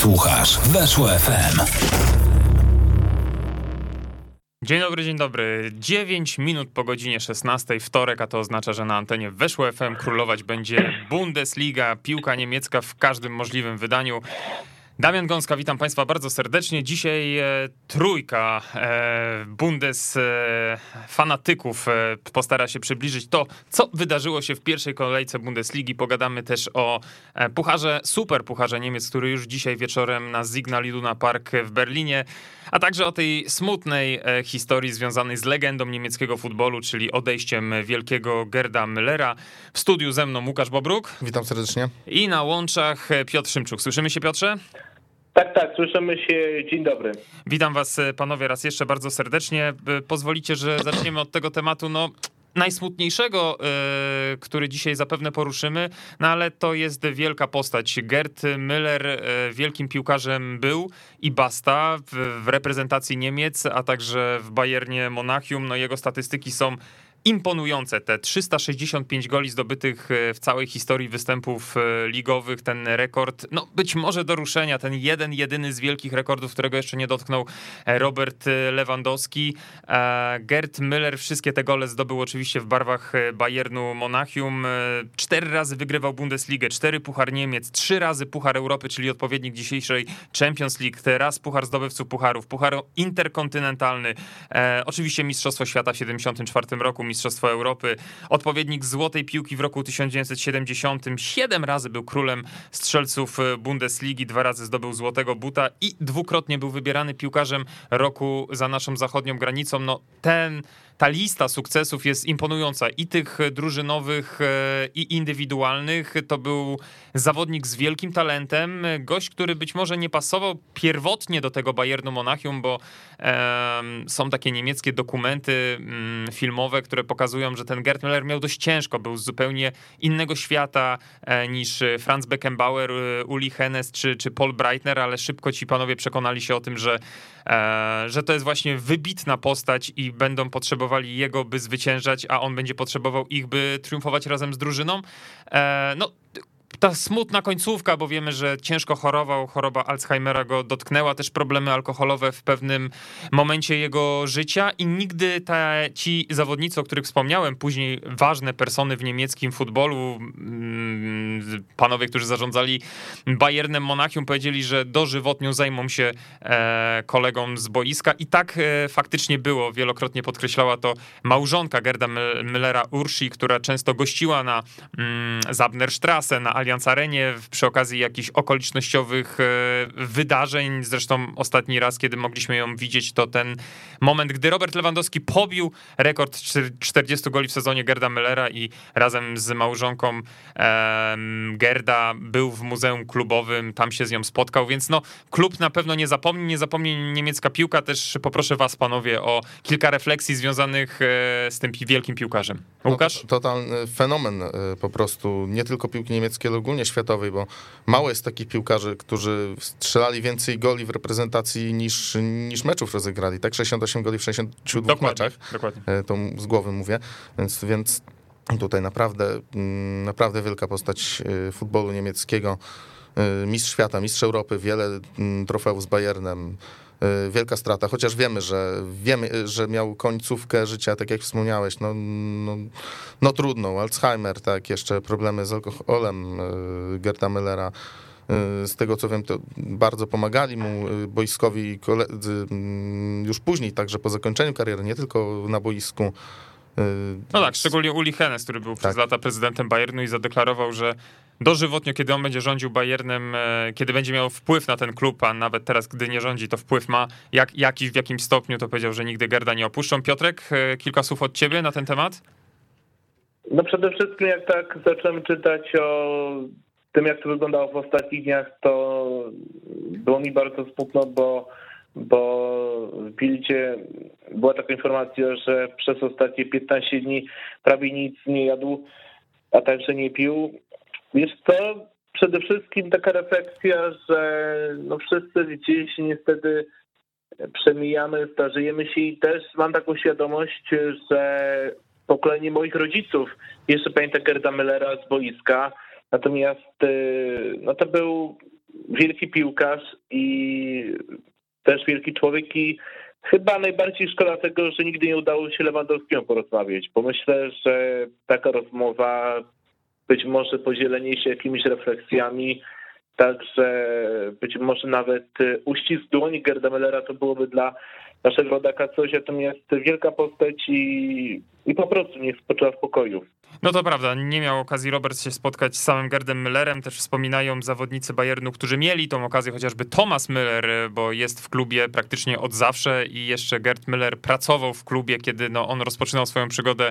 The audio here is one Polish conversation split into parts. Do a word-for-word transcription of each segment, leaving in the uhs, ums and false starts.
Słuchasz Weszło F M. Dzień dobry, dzień dobry. dziewięć minut po godzinie szesnastej, wtorek, a to oznacza, że na antenie Weszło F M królować będzie Bundesliga, piłka niemiecka w każdym możliwym wydaniu. Damian Gąska, witam Państwa bardzo serdecznie. Dzisiaj e, trójka e, Bundes e, fanatyków e, postara się przybliżyć to, co wydarzyło się w pierwszej kolejce Bundesligi. Pogadamy też o e, pucharze, super pucharze Niemiec, który już dzisiaj wieczorem na Signal Iduna Park w Berlinie, a także o tej smutnej e, historii związanej z legendą niemieckiego futbolu, czyli odejściem wielkiego Gerda Müllera. W studiu ze mną Łukasz Bobruk. Witam serdecznie. I na łączach Piotr Szymczuk. Słyszymy się, Piotrze? Tak, tak, słyszymy się. Dzień dobry. Witam was, panowie, raz jeszcze bardzo serdecznie. Pozwolicie, że zaczniemy od tego tematu, no najsmutniejszego, yy, który dzisiaj zapewne poruszymy, no ale to jest wielka postać. Gerd Müller yy, wielkim piłkarzem był i basta w, w reprezentacji Niemiec, a także w Bayernie Monachium. No jego statystyki są imponujące, te trzysta sześćdziesiąt pięć goli zdobytych w całej historii występów ligowych, ten rekord, no być może do ruszenia, ten jeden, jedyny z wielkich rekordów, którego jeszcze nie dotknął Robert Lewandowski. Gerd Müller wszystkie te gole zdobył oczywiście w barwach Bayernu Monachium. Cztery razy wygrywał Bundesligę, cztery Puchar Niemiec, trzy razy Puchar Europy, czyli odpowiednik dzisiejszej Champions League, raz Puchar Zdobywców Pucharów, Puchar Interkontynentalny, oczywiście Mistrzostwo Świata w siedemdziesiątym czwartym roku, Mistrzostwo Europy, odpowiednik Złotej Piłki w roku tysiąc dziewięćset siedemdziesiątym, siedem razy był królem strzelców Bundesligi, dwa razy zdobył Złotego Buta i dwukrotnie był wybierany piłkarzem roku za naszą zachodnią granicą. No ten, ta lista sukcesów jest imponująca i tych drużynowych, i indywidualnych. To był zawodnik z wielkim talentem, gość, który być może nie pasował pierwotnie do tego Bayernu Monachium, bo um, są takie niemieckie dokumenty um, filmowe, które pokazują, że ten Gerd Müller miał dość ciężko, był z zupełnie innego świata e, niż Franz Beckenbauer, Uli Hennes czy, czy Paul Breitner, ale szybko ci panowie przekonali się o tym, że, e, że to jest właśnie wybitna postać i będą potrzebowali jego, by zwyciężać, a on będzie potrzebował ich, by triumfować razem z drużyną. E, no Ta smutna końcówka, bo wiemy, że ciężko chorował, choroba Alzheimera go dotknęła, też problemy alkoholowe w pewnym momencie jego życia i nigdy te, ci zawodnicy, o których wspomniałem, później ważne persony w niemieckim futbolu, panowie, którzy zarządzali Bayernem Monachium, powiedzieli, że dożywotnią zajmą się kolegą z boiska i tak faktycznie było. Wielokrotnie podkreślała to małżonka Gerda Müllera, Ursi, która często gościła na Zabnerstrasse, na Allianz Arenie przy okazji jakichś okolicznościowych wydarzeń. Zresztą ostatni raz, kiedy mogliśmy ją widzieć, to ten moment, gdy Robert Lewandowski pobił rekord czterdziestu goli w sezonie Gerda Müllera i razem z małżonką Gerda był w muzeum klubowym, tam się z nią spotkał, więc no klub na pewno nie zapomni, nie zapomni niemiecka piłka. Też poproszę was, panowie, o kilka refleksji związanych z tym wielkim piłkarzem. Łukasz? No, totalny fenomen po prostu, nie tylko piłki niemieckiej, ale ogólnie światowej, bo mało jest takich piłkarzy, którzy strzelali więcej goli w reprezentacji niż, niż meczów rozegrali, tak? sześćdziesiąt osiem goli w sześćdziesięciu dwóch dokładnie, meczach. Dokładnie. To z głowy mówię, więc, więc tutaj naprawdę, naprawdę wielka postać futbolu niemieckiego. Mistrz świata, mistrz Europy, wiele trofeów z Bayernem. Wielka strata, chociaż wiemy, że wiemy, że miał końcówkę życia, tak jak wspomniałeś, no, no, no trudno, Alzheimer, tak, jeszcze problemy z alkoholem Gerda Müllera. Z tego co wiem, to bardzo pomagali mu boiskowi koledzy już później, także po zakończeniu kariery, nie tylko na boisku. No tak, szczególnie Uli Hennes, który był tak. przez lata prezydentem Bayernu i zadeklarował, że dożywotnio, kiedy on będzie rządził Bayernem, kiedy będzie miał wpływ na ten klub, a nawet teraz, gdy nie rządzi, to wpływ ma jak, jakiś w jakimś stopniu, to powiedział, że nigdy Gerda nie opuszczą. Piotrek, kilka słów od ciebie na ten temat? No przede wszystkim jak tak zacząłem czytać o tym, jak to wyglądało w ostatnich dniach, to było mi bardzo smutno, bo, bo w Bildzie była taka informacja, że przez ostatnie piętnaście dni prawie nic nie jadł, a także nie pił. Wiesz co, przede wszystkim taka refleksja, że no wszyscy gdzieś niestety przemijamy, starzejemy się i też mam taką świadomość, że pokolenie moich rodziców jeszcze pamięta Gerda Müllera z boiska, natomiast no to był wielki piłkarz i też wielki człowiek i chyba najbardziej szkoda tego, że nigdy nie udało się Lewandowskiemu porozmawiać, bo myślę, że taka rozmowa, być może podzielenie się jakimiś refleksjami, także być może nawet uścisk dłoni Gerda Müllera to byłoby dla naszego rodaka coś, natomiast wielka postać i, i po prostu niech spoczywa w pokoju. No to prawda, nie miał okazji Robert się spotkać z samym Gerdem Müllerem, też wspominają zawodnicy Bayernu, którzy mieli tą okazję, chociażby Thomas Müller, bo jest w klubie praktycznie od zawsze i jeszcze Gerd Müller pracował w klubie, kiedy no, on rozpoczynał swoją przygodę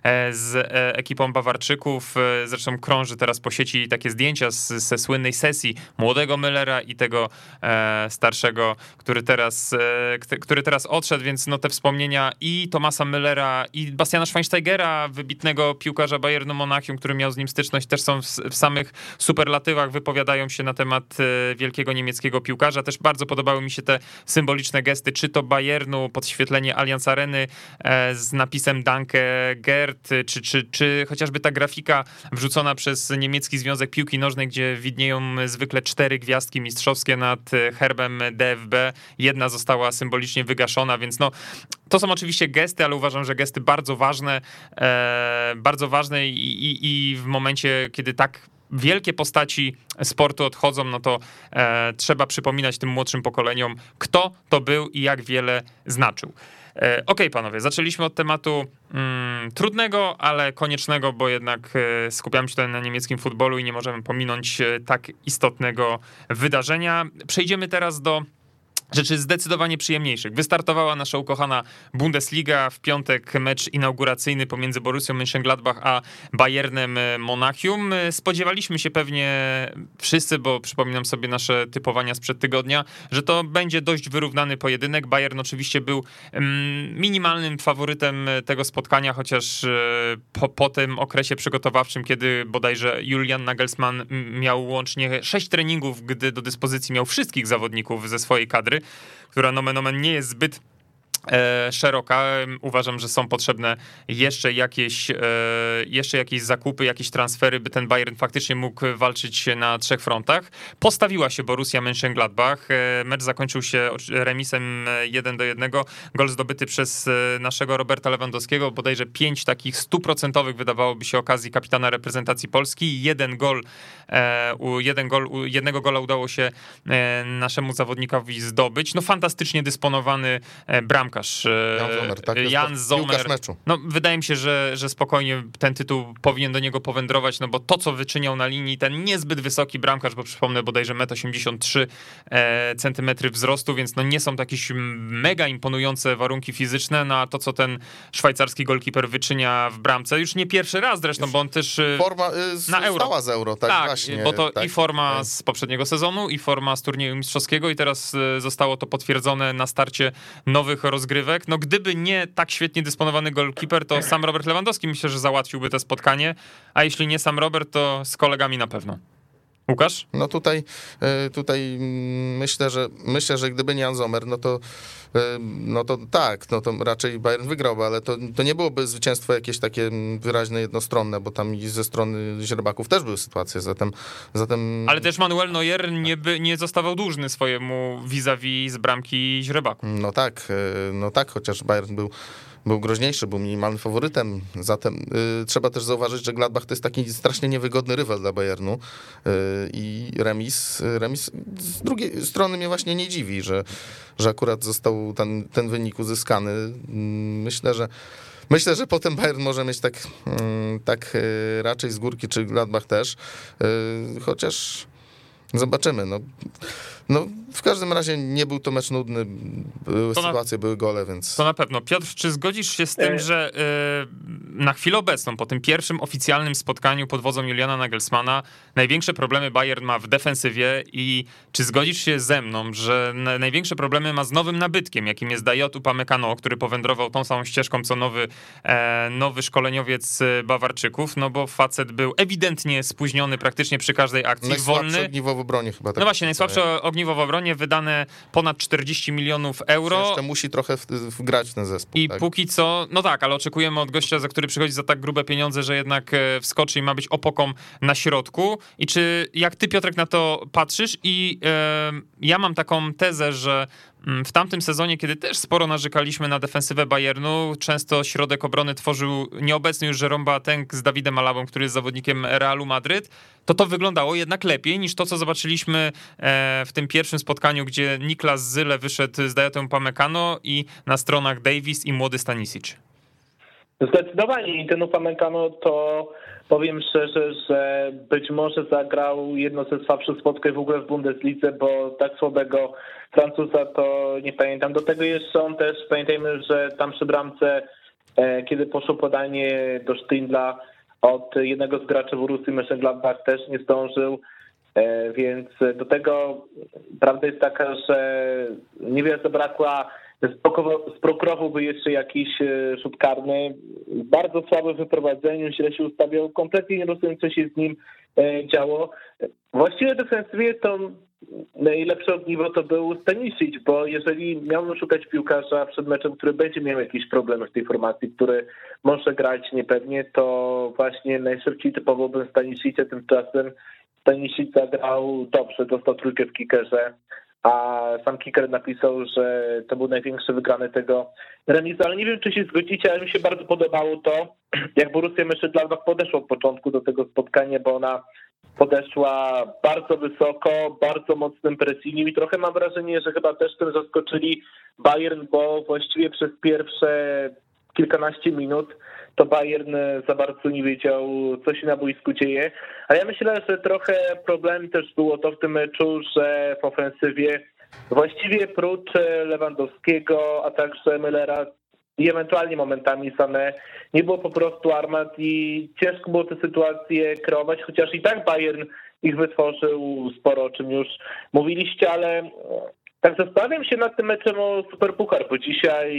z ekipą Bawarczyków, zresztą krąży teraz po sieci takie zdjęcia z, ze słynnej sesji młodego Müllera i tego e, starszego, który teraz, e, który teraz odszedł, więc no te wspomnienia i Thomasa Müllera i Bastiana Schweinsteigera, wybitnego piłkarza Bayernu Monachium, który miał z nim styczność, też są w, w samych superlatywach, wypowiadają się na temat e, wielkiego niemieckiego piłkarza. Też bardzo podobały mi się te symboliczne gesty, czy to Bayernu, podświetlenie Allianz Areny e, z napisem Danke Gerd, czy, czy, czy chociażby ta grafika wrzucona przez niemiecki Związek Piłki Nożnej, gdzie widnieją zwykle cztery gwiazdki mistrzowskie nad herbem D F B. Jedna została symbolicznie wygaszona, więc no to są oczywiście gesty, ale uważam, że gesty bardzo ważne, e, bardzo ważne i, i, i w momencie, kiedy tak wielkie postaci sportu odchodzą, no to e, trzeba przypominać tym młodszym pokoleniom, kto to był i jak wiele znaczył. E, Okej, okay, panowie, zaczęliśmy od tematu mm, trudnego, ale koniecznego, bo jednak e, skupiamy się tutaj na niemieckim futbolu i nie możemy pominąć e, tak istotnego wydarzenia. Przejdziemy teraz do rzeczy zdecydowanie przyjemniejszych. Wystartowała nasza ukochana Bundesliga. W piątek mecz inauguracyjny pomiędzy Borussią Mönchengladbach a Bayernem Monachium. Spodziewaliśmy się pewnie wszyscy, bo przypominam sobie nasze typowania sprzed tygodnia, że to będzie dość wyrównany pojedynek. Bayern oczywiście był minimalnym faworytem tego spotkania, chociaż po, po tym okresie przygotowawczym, kiedy bodajże Julian Nagelsmann miał łącznie sześć treningów, gdy do dyspozycji miał wszystkich zawodników ze swojej kadry, która nomen omen nie jest zbyt e, szeroka. Uważam, że są potrzebne jeszcze jakieś, e, jeszcze jakieś zakupy, jakieś transfery, by ten Bayern faktycznie mógł walczyć na trzech frontach. Postawiła się Borussia Mönchengladbach. E, mecz zakończył się remisem jeden do jednego. Gol zdobyty przez naszego Roberta Lewandowskiego. Bodajże pięć takich stuprocentowych wydawałoby się okazji kapitana reprezentacji Polski. Jeden gol, e, jeden gol, jednego gola udało się e, naszemu zawodnikowi zdobyć. No fantastycznie dysponowany bramkarz. Jan Sommer, tak, Jan Sommer. No, wydaje mi się, że, że spokojnie ten tytuł powinien do niego powędrować, no bo to, co wyczyniał na linii, ten niezbyt wysoki bramkarz, bo przypomnę bodajże metr osiemdziesiąt trzy centymetry wzrostu, więc no nie są to jakieś mega imponujące warunki fizyczne, no a to, co ten szwajcarski golkiper wyczynia w bramce, już nie pierwszy raz zresztą, bo on też forma y, na euro. Stała z euro, tak, tak właśnie. Bo to tak, i forma tak. z poprzedniego sezonu, i forma z turnieju mistrzowskiego i teraz zostało to potwierdzone na starcie nowych rozgrywek. No gdyby nie tak świetnie dysponowany golkiper, to sam Robert Lewandowski myślę, że załatwiłby to spotkanie, a jeśli nie sam Robert, to z kolegami na pewno. Łukasz? No tutaj, tutaj myślę, że myślę, że gdyby nie Jan Sommer, no to no to tak, no to raczej Bayern wygrałby, ale to, to nie byłoby zwycięstwo jakieś takie wyraźne, jednostronne, bo tam i ze strony źrebaków też były sytuacje, zatem... zatem... Ale też Manuel Neuer nie, by, nie zostawał dłużny swojemu vis-a-vis z bramki źrebaków. No tak, no tak, chociaż Bayern był był groźniejszy, był minimalnym faworytem. Zatem y, trzeba też zauważyć, że Gladbach to jest taki strasznie niewygodny rywal dla Bayernu y, i remis, remis z drugiej strony mnie właśnie nie dziwi, że, że akurat został ten, ten wynik uzyskany. Y, myślę, że Myślę, że potem Bayern może mieć tak, y, tak y, raczej z górki, czy Gladbach też, y, chociaż zobaczymy. No. No, w każdym razie nie był to mecz nudny, były to sytuacje, na, były gole, więc... To na pewno. Piotr, czy zgodzisz się z tym, że yy, na chwilę obecną, po tym pierwszym oficjalnym spotkaniu pod wodzą Juliana Nagelsmana, największe problemy Bayern ma w defensywie i czy zgodzisz się ze mną, że na, największe problemy ma z nowym nabytkiem, jakim jest Dayot Upamecano, który powędrował tą samą ścieżką, co nowy, e, nowy szkoleniowiec Bawarczyków, no bo facet był ewidentnie spóźniony praktycznie przy każdej akcji, Najsłabszy wolny. ogniwo w obronie chyba. Tak no właśnie, najsłabszy ogniwo w obronie, sezonie wydane ponad czterdzieści milionów euro. Jeszcze musi trochę wgrać w ten zespół. I tak? póki co, no tak, ale oczekujemy od gościa, za który przychodzi za tak grube pieniądze, że jednak wskoczy i ma być opoką na środku. I czy jak ty, Piotrek, na to patrzysz? I e, ja mam taką tezę, że w tamtym sezonie, kiedy też sporo narzekaliśmy na defensywę Bayernu, często środek obrony tworzył nieobecny już Jerome Boateng z Davidem Alabą, który jest zawodnikiem Realu Madryt, to to wyglądało jednak lepiej niż to, co zobaczyliśmy w tym pierwszym spotkaniu, gdzie Niklas Zyle wyszedł z Dayotą Upamecano i na stronach Davis i młody Stanisic. Zdecydowanie i ten Upamecano to powiem szczerze, że być może zagrał jedno ze słabszych spotkań w ogóle w Bundeslidze, bo tak słabego Francuza to nie pamiętam. Do tego jeszcze on też, pamiętajmy, że tam przy bramce, kiedy poszło podanie do Stindla od jednego z graczy Borussii Mönchengladbach, też nie zdążył, więc do tego prawda jest taka, że niewiele zabrakła. Sprokurowałby jeszcze jakiś rzut karny. Bardzo słabe w wyprowadzeniu, źle się ustawiał. Kompletnie nie rozumiem, co się z nim działo. Właściwie defensywnie to najlepsze ogniwo to był Stanisic, bo jeżeli miałbym szukać piłkarza przed meczem, który będzie miał jakieś problemy w tej formacji, który może grać niepewnie, to właśnie najszybciej typowałbym Stanisicia. Tymczasem Stanisic zagrał dobrze, dostał trójkę w kickerze, a sam kicker napisał, że to był największy wygrany tego remisu, ale nie wiem, czy się zgodzicie, ale mi się bardzo podobało to, jak Borussia Mönchengladbach podeszła od początku do tego spotkania, bo ona podeszła bardzo wysoko, bardzo mocnym pressingiem i trochę mam wrażenie, że chyba też tym zaskoczyli Bayern, bo właściwie przez pierwsze kilkanaście minut to Bayern za bardzo nie wiedział, co się na boisku dzieje. A ja myślę, że trochę problemem też było to w tym meczu, że w ofensywie właściwie prócz Lewandowskiego, a także Müllera i ewentualnie momentami Sané nie było po prostu armat i ciężko było te sytuacje kreować, chociaż i tak Bayern ich wytworzył sporo, o czym już mówiliście, ale tak zastanawiam się nad tym meczem o Superpuchar, bo dzisiaj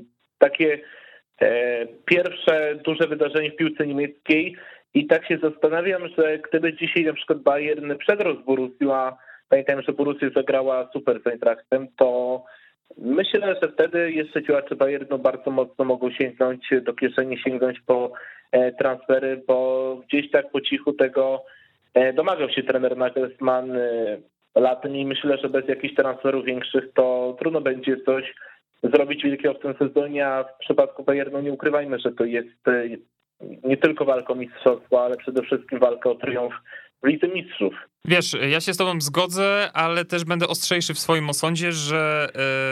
takie pierwsze duże wydarzenie w piłce niemieckiej i tak się zastanawiam, że gdyby dzisiaj na przykład Bayern przegrał z Borussią, a pamiętajmy, że Borussia zagrała super z Eintrachtem, to myślę, że wtedy jeszcze działacze Bayernu bardzo mocno mogą sięgnąć do kieszeni, sięgnąć po transfery, bo gdzieś tak po cichu tego domagał się trener Nagelsmann latem i myślę, że bez jakichś transferów większych to trudno będzie coś zrobić wielkiego w tym sezonie, a w przypadku Bayernu nie ukrywajmy, że to jest nie tylko walka o mistrzostwo, ale przede wszystkim walka o triumf w Lidze Mistrzów. Wiesz, ja się z tobą zgodzę, ale też będę ostrzejszy w swoim osądzie, że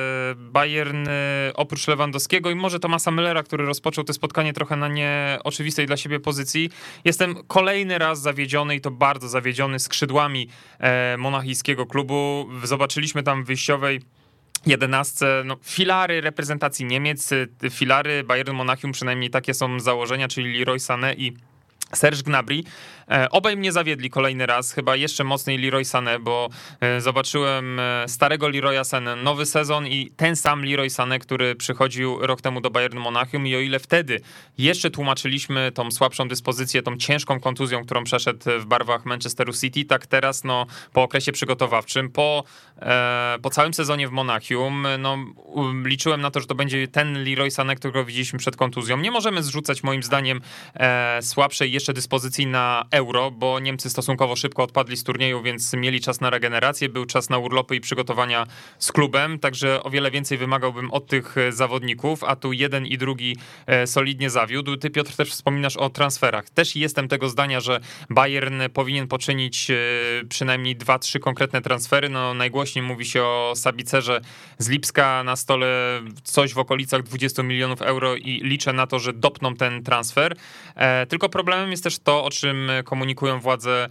Bayern oprócz Lewandowskiego i może Thomasa Müllera, który rozpoczął to spotkanie trochę na nieoczywistej dla siebie pozycji, jestem kolejny raz zawiedziony i to bardzo zawiedziony skrzydłami monachijskiego klubu. Zobaczyliśmy tam w wyjściowej jedenastce, no, filary reprezentacji Niemiec, filary Bayernu Monachium, przynajmniej takie są założenia, czyli Leroy Sané i Serge Gnabry. Obaj mnie zawiedli kolejny raz, chyba jeszcze mocniej Leroy Sané, bo zobaczyłem starego Leroya Sané, nowy sezon i ten sam Leroy Sané, który przychodził rok temu do Bayernu Monachium i o ile wtedy jeszcze tłumaczyliśmy tą słabszą dyspozycję, tą ciężką kontuzją, którą przeszedł w barwach Manchesteru City, tak teraz no, po okresie przygotowawczym, po, po całym sezonie w Monachium, no, liczyłem na to, że to będzie ten Leroy Sané, którego widzieliśmy przed kontuzją. Nie możemy zrzucać moim zdaniem słabszej jeszcze dyspozycji na Euro, bo Niemcy stosunkowo szybko odpadli z turnieju, więc mieli czas na regenerację, był czas na urlopy i przygotowania z klubem, także o wiele więcej wymagałbym od tych zawodników, a tu jeden i drugi solidnie zawiódł. Ty, Piotr, też wspominasz o transferach. Też jestem tego zdania, że Bayern powinien poczynić przynajmniej dwa, trzy konkretne transfery. No, najgłośniej mówi się o Sabicerze z Lipska, na stole coś w okolicach dwudziestu milionów euro i liczę na to, że dopną ten transfer. Tylko problemem jest też to, o czym komunikują władze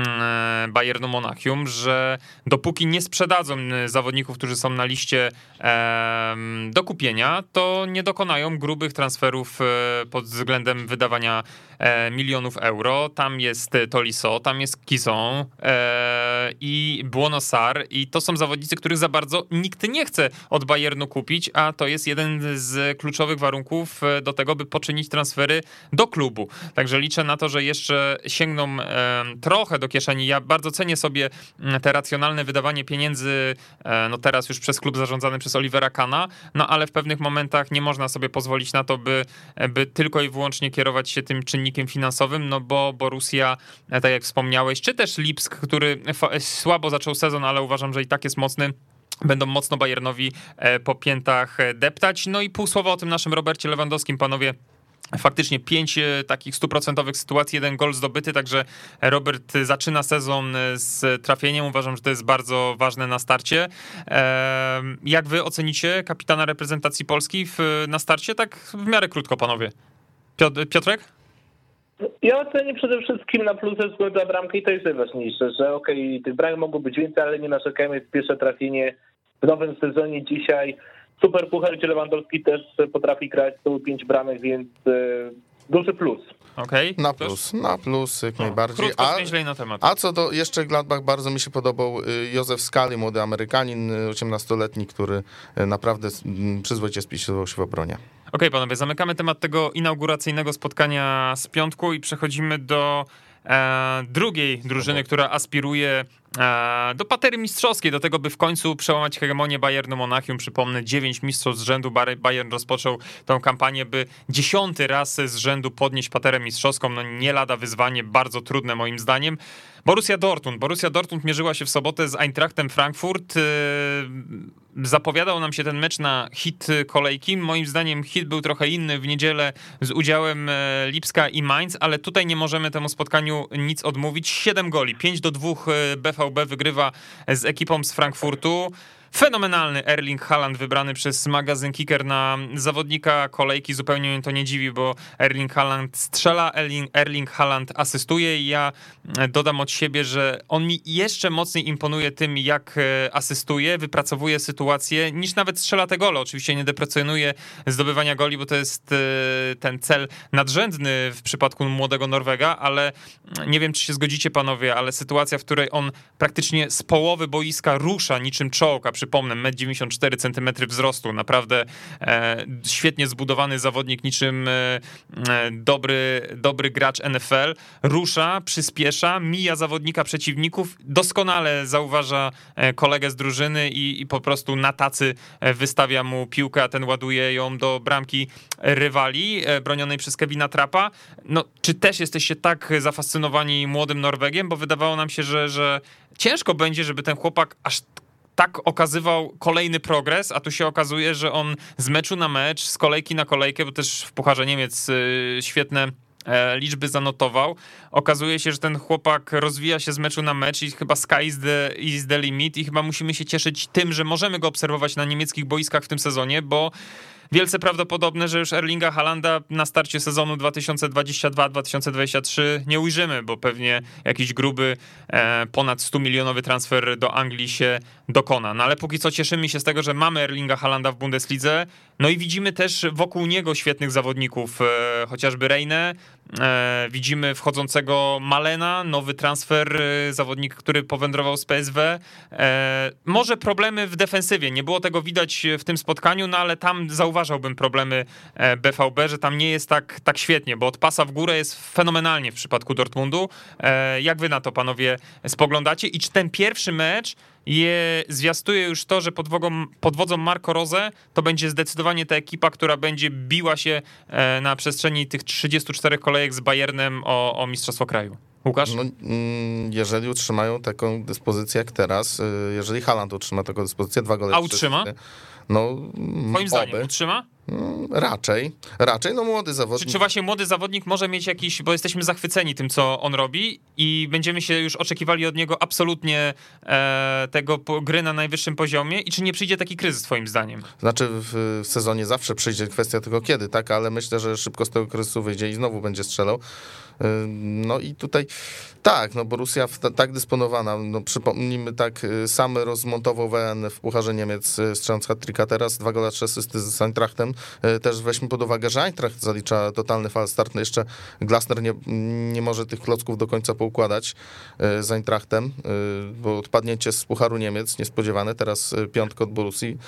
Bayernu Monachium, że dopóki nie sprzedadzą zawodników, którzy są na liście do kupienia, to nie dokonają grubych transferów pod względem wydawania milionów euro. Tam jest Tolisso, tam jest Kison i Buono Sarr i to są zawodnicy, których za bardzo nikt nie chce od Bayernu kupić, a to jest jeden z kluczowych warunków do tego, by poczynić transfery do klubu. Także liczę na to, że jeszcze sięgną trochę do kieszeni. Ja bardzo cenię sobie te racjonalne wydawanie pieniędzy, no teraz już przez klub zarządzany przez Olivera Kahna, no ale w pewnych momentach nie można sobie pozwolić na to, by, by tylko i wyłącznie kierować się tym czynnikiem finansowym, no bo Borussia, tak jak wspomniałeś, czy też Lipsk, który słabo zaczął sezon, ale uważam, że i tak jest mocny, będą mocno Bayernowi po piętach deptać. No i pół słowa o tym naszym Robercie Lewandowskim, panowie. Faktycznie pięć takich stuprocentowych sytuacji, jeden gol zdobyty, także Robert zaczyna sezon z trafieniem. Uważam, że to jest bardzo ważne na starcie. Jak wy ocenicie kapitana reprezentacji Polski w, na starcie? Tak w miarę krótko, panowie. Piotrek? Ja ocenię przede wszystkim na plus ze względu na bramkę i to jest najważniejsze, że okej, okay, tych bramek mogło być więcej, ale nie narzekajmy, jest pierwsze trafienie w nowym sezonie dzisiaj. Super puchar, gdzie Lewandowski też potrafi grać, to było pięć bramek, więc duży plus. Okej. Okay. Na plus, na plus jak no, najbardziej. Krótko, zwięźlej na temat. A co do jeszcze Gladbach, bardzo mi się podobał Józef Skali, młody Amerykanin, osiemnastoletni, który naprawdę przyzwoicie spisywał się w obronie. Okej, okay, panowie, zamykamy temat tego inauguracyjnego spotkania z piątku i przechodzimy do e, drugiej drużyny, która aspiruje e, do patery mistrzowskiej, do tego, by w końcu przełamać hegemonię Bayernu Monachium. Przypomnę, dziewięć mistrzostw z rzędu. Bayern rozpoczął tą kampanię, by dziesiąty raz z rzędu podnieść paterę mistrzowską. No nie lada wyzwanie, bardzo trudne moim zdaniem. Borussia Dortmund. Borussia Dortmund mierzyła się w sobotę z Eintrachtem Frankfurt. Zapowiadał nam się ten mecz na hit kolejki. Moim zdaniem hit był trochę inny w niedzielę z udziałem Lipska i Mainz, ale tutaj nie możemy temu spotkaniu nic odmówić. siedem goli, pięć do dwóch B V B wygrywa z ekipą z Frankfurtu. Fenomenalny Erling Haaland wybrany przez magazyn Kicker na zawodnika kolejki. Zupełnie mnie to nie dziwi, bo Erling Haaland strzela, Erling, Erling Haaland asystuje i ja dodam od siebie, że on mi jeszcze mocniej imponuje tym, jak asystuje, wypracowuje sytuację, niż nawet strzela te gole. Oczywiście nie deprecjonuje zdobywania goli, bo to jest ten cel nadrzędny w przypadku młodego Norwega, ale nie wiem, czy się zgodzicie, panowie, ale sytuacja, w której on praktycznie z połowy boiska rusza niczym czołg, a przypomnę, metr dziewięćdziesiąt cztery centymetry wzrostu, naprawdę e, świetnie zbudowany zawodnik, niczym e, dobry, dobry gracz N F L, rusza, przyspiesza, mija zawodnika przeciwników, doskonale zauważa kolegę z drużyny i, i po prostu na tacy wystawia mu piłkę, a ten ładuje ją do bramki rywali, bronionej przez Kevina Trappa. No, czy też jesteście tak zafascynowani młodym Norwegiem, bo wydawało nam się, że, że ciężko będzie, żeby ten chłopak aż tak okazywał kolejny progres, a tu się okazuje, że on z meczu na mecz, z kolejki na kolejkę, bo też w Pucharze Niemiec świetne liczby zanotował. Okazuje się, że ten chłopak rozwija się z meczu na mecz i chyba sky is the, is the limit i chyba musimy się cieszyć tym, że możemy go obserwować na niemieckich boiskach w tym sezonie, bo wielce prawdopodobne, że już Erlinga Haalanda na starcie sezonu dwa tysiące dwudziestego drugiego dwa tysiące dwudziestego trzeciego nie ujrzymy, bo pewnie jakiś gruby ponad stu milionowy transfer do Anglii się dokona. No ale póki co cieszymy się z tego, że mamy Erlinga Haalanda w Bundeslidze. No i widzimy też wokół niego świetnych zawodników, chociażby Reine, widzimy wchodzącego Malena, nowy transfer, zawodnik, który powędrował z P S V. Może problemy w defensywie, nie było tego widać w tym spotkaniu, no ale tam zauważałbym problemy B V B, że tam nie jest tak, tak świetnie, bo od pasa w górę jest fenomenalnie w przypadku Dortmundu. Jak wy na to, panowie, spoglądacie? I czy ten pierwszy mecz je zwiastuje już to, że pod, wogą, pod wodzą Marco Rose to będzie zdecydowanie ta ekipa, która będzie biła się na przestrzeni tych trzydziestu czterech kolejek z Bayernem o, o mistrzostwo kraju? Łukasz? No, jeżeli utrzymają taką dyspozycję jak teraz, jeżeli Haaland utrzyma taką dyspozycję, dwa gole. A utrzyma? No, moim zdaniem oby. Utrzyma? Raczej, raczej, no młody zawodnik. Czy, czy właśnie młody zawodnik może mieć jakiś, bo jesteśmy zachwyceni tym, co on robi i będziemy się już oczekiwali od niego absolutnie e, tego gry na najwyższym poziomie i czy nie przyjdzie taki kryzys twoim zdaniem? Znaczy w, w sezonie zawsze przyjdzie kwestia tego kiedy, tak, ale myślę, że szybko z tego kryzysu wyjdzie i znowu będzie strzelał. No i tutaj tak, no Borussia tak dysponowana, no przypomnijmy tak, sam rozmontował W N w Pucharze Niemiec strzelając hat-tricka teraz, dwa gola, trzy asysty z Eintrachtem. Też weźmy pod uwagę, że Eintracht zalicza totalny fal start, no jeszcze Glasner nie, nie może tych klocków do końca poukładać z Eintrachtem, bo odpadnięcie z Pucharu Niemiec niespodziewane, teraz piątka od Borussii.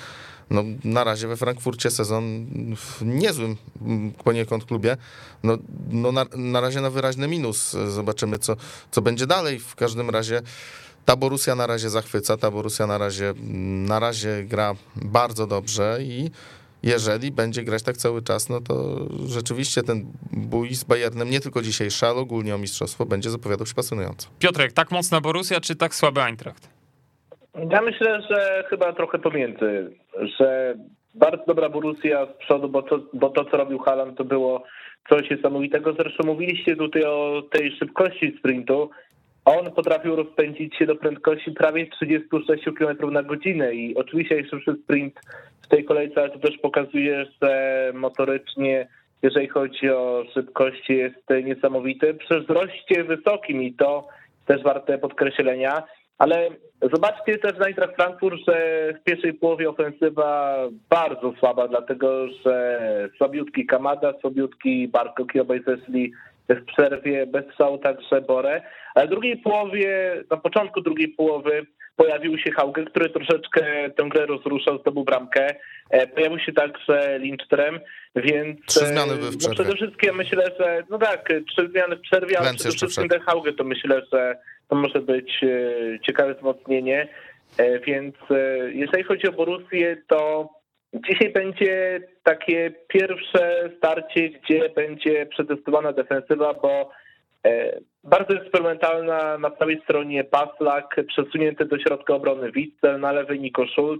no, na razie we Frankfurcie sezon w niezłym poniekąd klubie, no, no na, na razie na wyraźny minus. Zobaczymy, co, co będzie dalej. W każdym razie ta Borussia na razie zachwyca, ta Borussia na razie, na razie gra bardzo dobrze i jeżeli będzie grać tak cały czas, no to rzeczywiście ten bój z Bayernem, nie tylko dzisiejszy, ale ogólnie o mistrzostwo, będzie zapowiadał się pasjonująco. Piotrek, tak mocna Borussia, czy tak słaby Eintracht? Ja myślę, że chyba trochę pomiędzy, że bardzo dobra Borussia z przodu, bo to, bo to co robił Haaland, to było coś niesamowitego. Zresztą mówiliście tutaj o tej szybkości sprintu. On potrafił rozpędzić się do prędkości prawie trzydzieści sześć kilometrów na godzinę i oczywiście najszybszy sprint w tej kolejce, ale to też pokazuje, że motorycznie, jeżeli chodzi o szybkość, jest niesamowity. Przy wzroście wysokim i to też warte podkreślenia, ale zobaczcie też na Eintracht Frankfurt, że w pierwszej połowie ofensywa bardzo słaba, dlatego że słabiutki Kamada, słabiutki Barkok i obaj zeszli w przerwie, bez strzału także Borę, ale w drugiej połowie, na początku drugiej połowy pojawił się Hauge, który troszeczkę tę grę rozruszał, zdobył bramkę, pojawił się także Lindström, więc trzy zmiany były w przerwie. No przede wszystkim myślę, że no tak, trzy zmiany w przerwie, ale przede wszystkim ten Hauge to myślę, że to może być ciekawe wzmocnienie, więc jeżeli chodzi o Borussię, to dzisiaj będzie takie pierwsze starcie, gdzie będzie przetestowana defensywa, bo bardzo eksperymentalna na prawej stronie Paslak, przesunięty do środka obrony Witzel, na lewej Nico Schulz,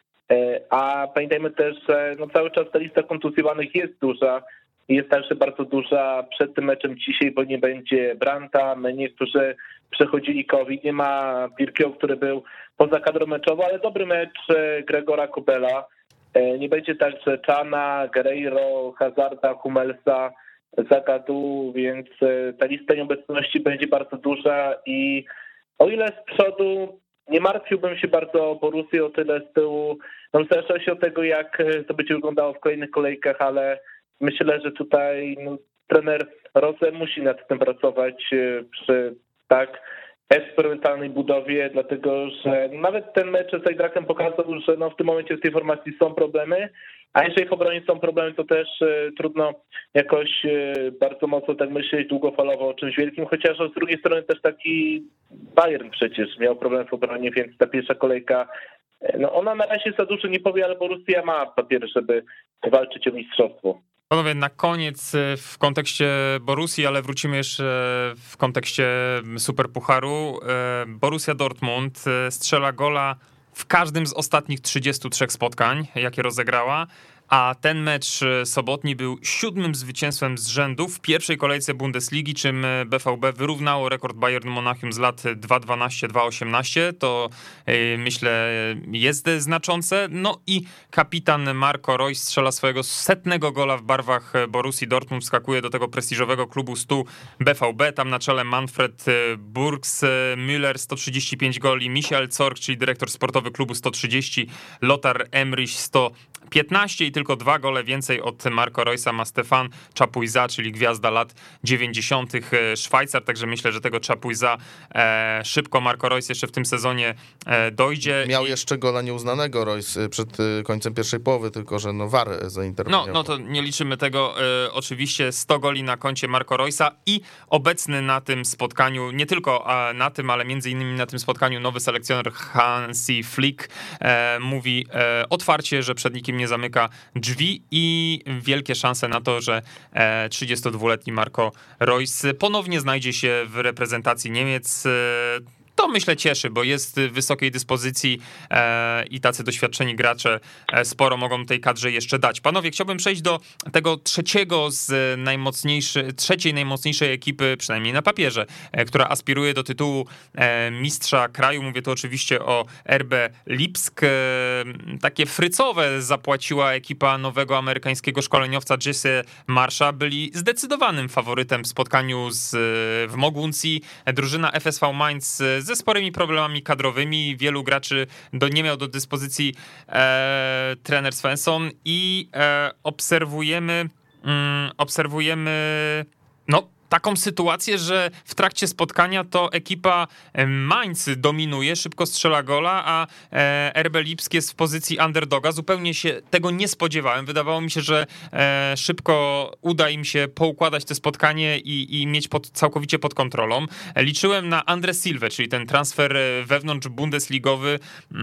a pamiętajmy też, że no cały czas ta lista kontuzjowanych jest duża, jest także bardzo duża przed tym meczem dzisiaj, bo nie będzie Brandta, niektórzy przechodzili COVID, nie ma Birkiego, który był poza kadrą meczową, ale dobry mecz Gregora Kobela. Nie będzie także Czana, Guerreiro, Hazarda, Hummelsa, Zagadu, więc ta lista nieobecności będzie bardzo duża i o ile z przodu nie martwiłbym się bardzo o Borussię, o tyle z tyłu, no w zależności od tego, jak to będzie wyglądało w kolejnych kolejkach, ale myślę, że tutaj no, trener Rose musi nad tym pracować przy tak eksperymentalnej budowie, dlatego że nawet ten mecz z Eintrachtem pokazał, że no w tym momencie w tej formacji są problemy, a jeżeli w obronie są problemy, to też trudno jakoś bardzo mocno tak myśleć długofalowo o czymś wielkim, chociaż z drugiej strony też taki Bayern przecież miał problem w obronie, więc ta pierwsza kolejka, no ona na razie za dużo nie powie, ale Borussia ma papier, żeby walczyć o mistrzostwo. Panowie, na koniec w kontekście Borussii, ale wrócimy jeszcze w kontekście Superpucharu. Borussia Dortmund strzela gola w każdym z ostatnich trzydziestu trzech spotkań, jakie rozegrała, a ten mecz sobotni był siódmym zwycięstwem z rzędu w pierwszej kolejce Bundesligi, czym B V B wyrównało rekord Bayernu Monachium z lat dwa dwanaście dwa osiemnaście. To myślę jest znaczące. No i kapitan Marco Reus strzela swojego setnego gola w barwach Borussii Dortmund, wskakuje do tego prestiżowego klubu stu B V B. Tam na czele Manfred Burgs, Müller sto trzydzieści pięć goli, Michael Zorc, czyli dyrektor sportowy klubu sto trzydzieści, Lothar Emrich sto piętnaście i tylko dwa gole więcej od Marco Reusa ma Stefan Chapuisa, czyli gwiazda lat dziewięćdziesiątych Szwajcar, także myślę, że tego Chapuisa e, szybko Marco Reus jeszcze w tym sezonie e, dojdzie. Miał jeszcze gola nieuznanego Reus przed końcem pierwszej połowy, tylko że no V A R zainterweniował. No, no to nie liczymy tego. E, oczywiście sto goli na koncie Marco Reusa i obecny na tym spotkaniu, nie tylko na tym, ale między innymi na tym spotkaniu nowy selekcjoner Hansi Flick e, mówi e, otwarcie, że przed nikim nie zamyka drzwi i wielkie szanse na to, że trzydziestodwuletni Marco Reus ponownie znajdzie się w reprezentacji Niemiec. To myślę cieszy, bo jest w wysokiej dyspozycji i tacy doświadczeni gracze sporo mogą tej kadrze jeszcze dać. Panowie, chciałbym przejść do tego trzeciego z najmocniejszej, trzeciej najmocniejszej ekipy, przynajmniej na papierze, która aspiruje do tytułu mistrza kraju. Mówię tu oczywiście o R B Lipsk. Takie frycowe zapłaciła ekipa nowego amerykańskiego szkoleniowca Jesse Marsha. Byli zdecydowanym faworytem w spotkaniu z, w Moguncji. Drużyna F S V Mainz ze sporymi problemami kadrowymi. Wielu graczy do, nie miał do dyspozycji e, trener Svensson i e, obserwujemy, mm, obserwujemy no taką sytuację, że w trakcie spotkania to ekipa Mainz dominuje, szybko strzela gola, a R B Lipsk jest w pozycji underdoga. Zupełnie się tego nie spodziewałem. Wydawało mi się, że szybko uda im się poukładać to spotkanie i, i mieć pod, całkowicie pod kontrolą. Liczyłem na Andre Silva, czyli ten transfer wewnątrz bundesligowy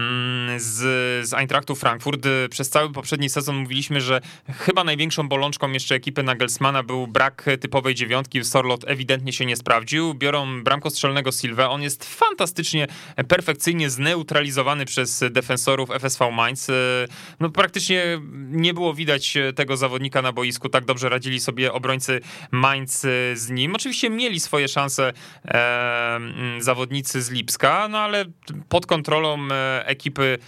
z, z Eintrachtu Frankfurt. Przez cały poprzedni sezon mówiliśmy, że chyba największą bolączką jeszcze ekipy Nagelsmana był brak typowej dziewiątki. Sorlot ewidentnie się nie sprawdził. Biorą bramkostrzelnego Silva. On jest fantastycznie, perfekcyjnie zneutralizowany przez defensorów F S V Mainz. No praktycznie nie było widać tego zawodnika na boisku. Tak dobrze radzili sobie obrońcy Mainz z nim. Oczywiście mieli swoje szanse e, zawodnicy z Lipska, no ale pod kontrolą ekipy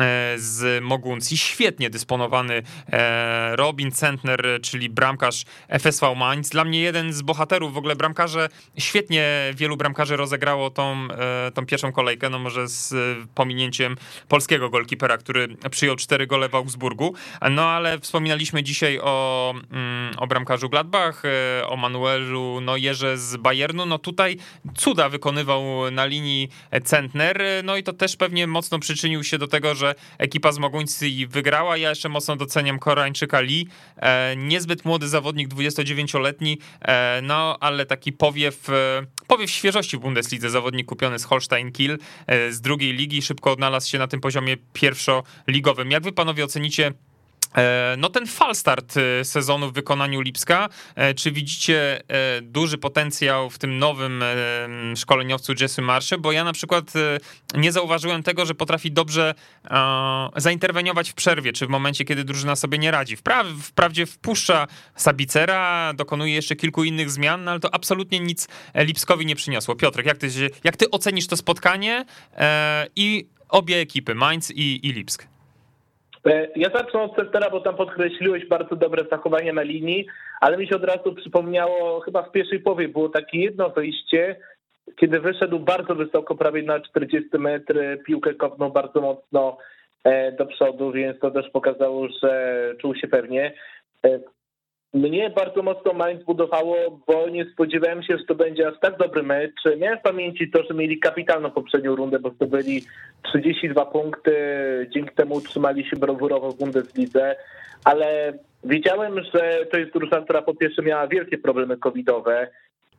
z Moguncji świetnie dysponowany Robin Centner, czyli bramkarz F S V Mainz. Dla mnie jeden z bohaterów, w ogóle bramkarze, świetnie wielu bramkarzy rozegrało tą, tą pierwszą kolejkę, no może z pominięciem polskiego golkipera, który przyjął cztery gole w Augsburgu, no ale wspominaliśmy dzisiaj o, o bramkarzu Gladbach, o Manuelu Neuerze z Bayernu, no tutaj cuda wykonywał na linii Centner, no i to też pewnie mocno przyczynił się do tego, że ekipa z Moguńcji wygrała. Ja jeszcze mocno doceniam Koreańczyka Lee. Niezbyt młody zawodnik, dwudziestodziewięcioletni, no ale taki powiew, powiew świeżości w Bundeslidze. Zawodnik kupiony z Holstein Kiel z drugiej ligi. Szybko odnalazł się na tym poziomie pierwszoligowym. Jak wy panowie ocenicie no ten falstart sezonu w wykonaniu Lipska? Czy widzicie duży potencjał w tym nowym szkoleniowcu Jesse Marsze? Bo ja na przykład nie zauważyłem tego, że potrafi dobrze zainterweniować w przerwie, czy w momencie, kiedy drużyna sobie nie radzi. Wpraw- wprawdzie wpuszcza Sabicera, dokonuje jeszcze kilku innych zmian, no ale to absolutnie nic Lipskowi nie przyniosło. Piotrek, jak ty, jak ty ocenisz to spotkanie i obie ekipy, Mainz i, i Lipsk? Ja zacznę od Centera, bo tam podkreśliłeś bardzo dobre zachowanie na linii, ale mi się od razu przypomniało, chyba w pierwszej połowie było takie jedno wyjście, kiedy wyszedł bardzo wysoko, prawie na czterdzieści metrów, piłkę kopnął bardzo mocno do przodu, więc to też pokazało, że czuł się pewnie. Mnie bardzo mocno Mainz budowało, bo nie spodziewałem się, że to będzie aż tak dobry mecz. Miałem w pamięci to, że mieli kapitalną poprzednią rundę, bo zdobyli trzydzieści dwa punkty, dzięki temu utrzymali się brawurowo w Bundeslidze, ale wiedziałem, że to jest drużyna, która po pierwsze miała wielkie problemy covidowe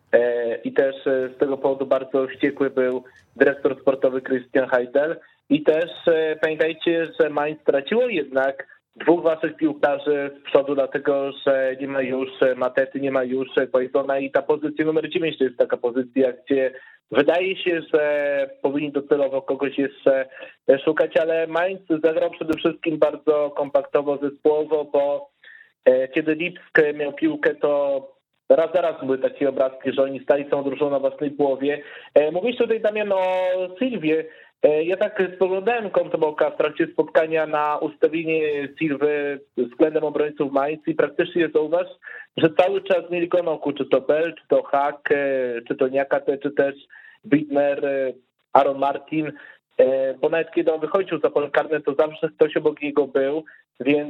i też z tego powodu bardzo wściekły był dyrektor sportowy Christian Heidel i też pamiętajcie, że Mainz straciło jednak dwóch waszych piłkarzy z przodu, dlatego że nie ma już Matety, nie ma już Poisona i ta pozycja numer dziewięć to jest taka pozycja, gdzie wydaje się, że powinni docelowo kogoś jeszcze szukać, ale Mainz zagrał przede wszystkim bardzo kompaktowo, zespołowo, bo kiedy Lipsk miał piłkę, to raz za raz były takie obrazki, że oni stali całą drużyną na własnej połowie. Mówisz tutaj, Damian, o Silwie. Ja tak spoglądałem kątem oka w trakcie spotkania na ustawienie Silwy względem obrońców Mainz i praktycznie zauważ, że cały czas mieli go na oku, czy to Bell, czy to Hack, czy to Niakate, czy też Widmer, Aaron Martin, bo nawet kiedy on wychodził za pole karne, to zawsze ktoś obok niego był, więc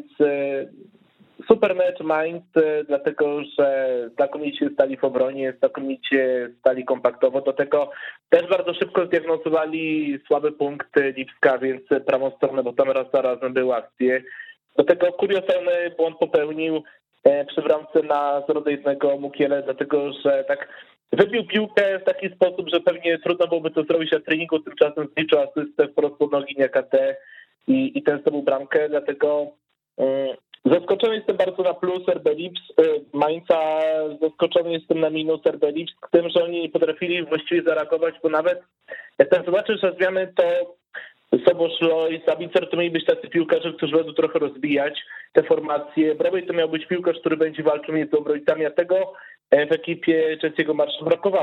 super mecz Mainz, dlatego że znakomicie stali w obronie, znakomicie stali kompaktowo. Do tego też bardzo szybko zdiagnozowali słaby punkt Lipska, więc prawą stronę, bo tam raz za razem były akcje. Do tego kuriozalny błąd popełnił przy bramce na zero do jednego Mukiele, dlatego że tak wybił piłkę w taki sposób, że pewnie trudno byłoby to zrobić na treningu, tymczasem zliczył asystę wprost pod nogi Niakate i, i ten zdobył bramkę, dlatego zaskoczony jestem bardzo na plus R B Lipsk, Mainza, zaskoczony jestem na minus R B Lipsk, tym, że oni nie potrafili właściwie zareagować, bo nawet jak tam zobaczysz, że zmiany, to Soboszlo i Sabicer to mieli być tacy piłkarze, którzy będą trochę rozbijać te formacje. Browej to miał być piłkarz, który będzie walczył między obrońcami, a tego w ekipie Jesse'ego Marsza brakowało.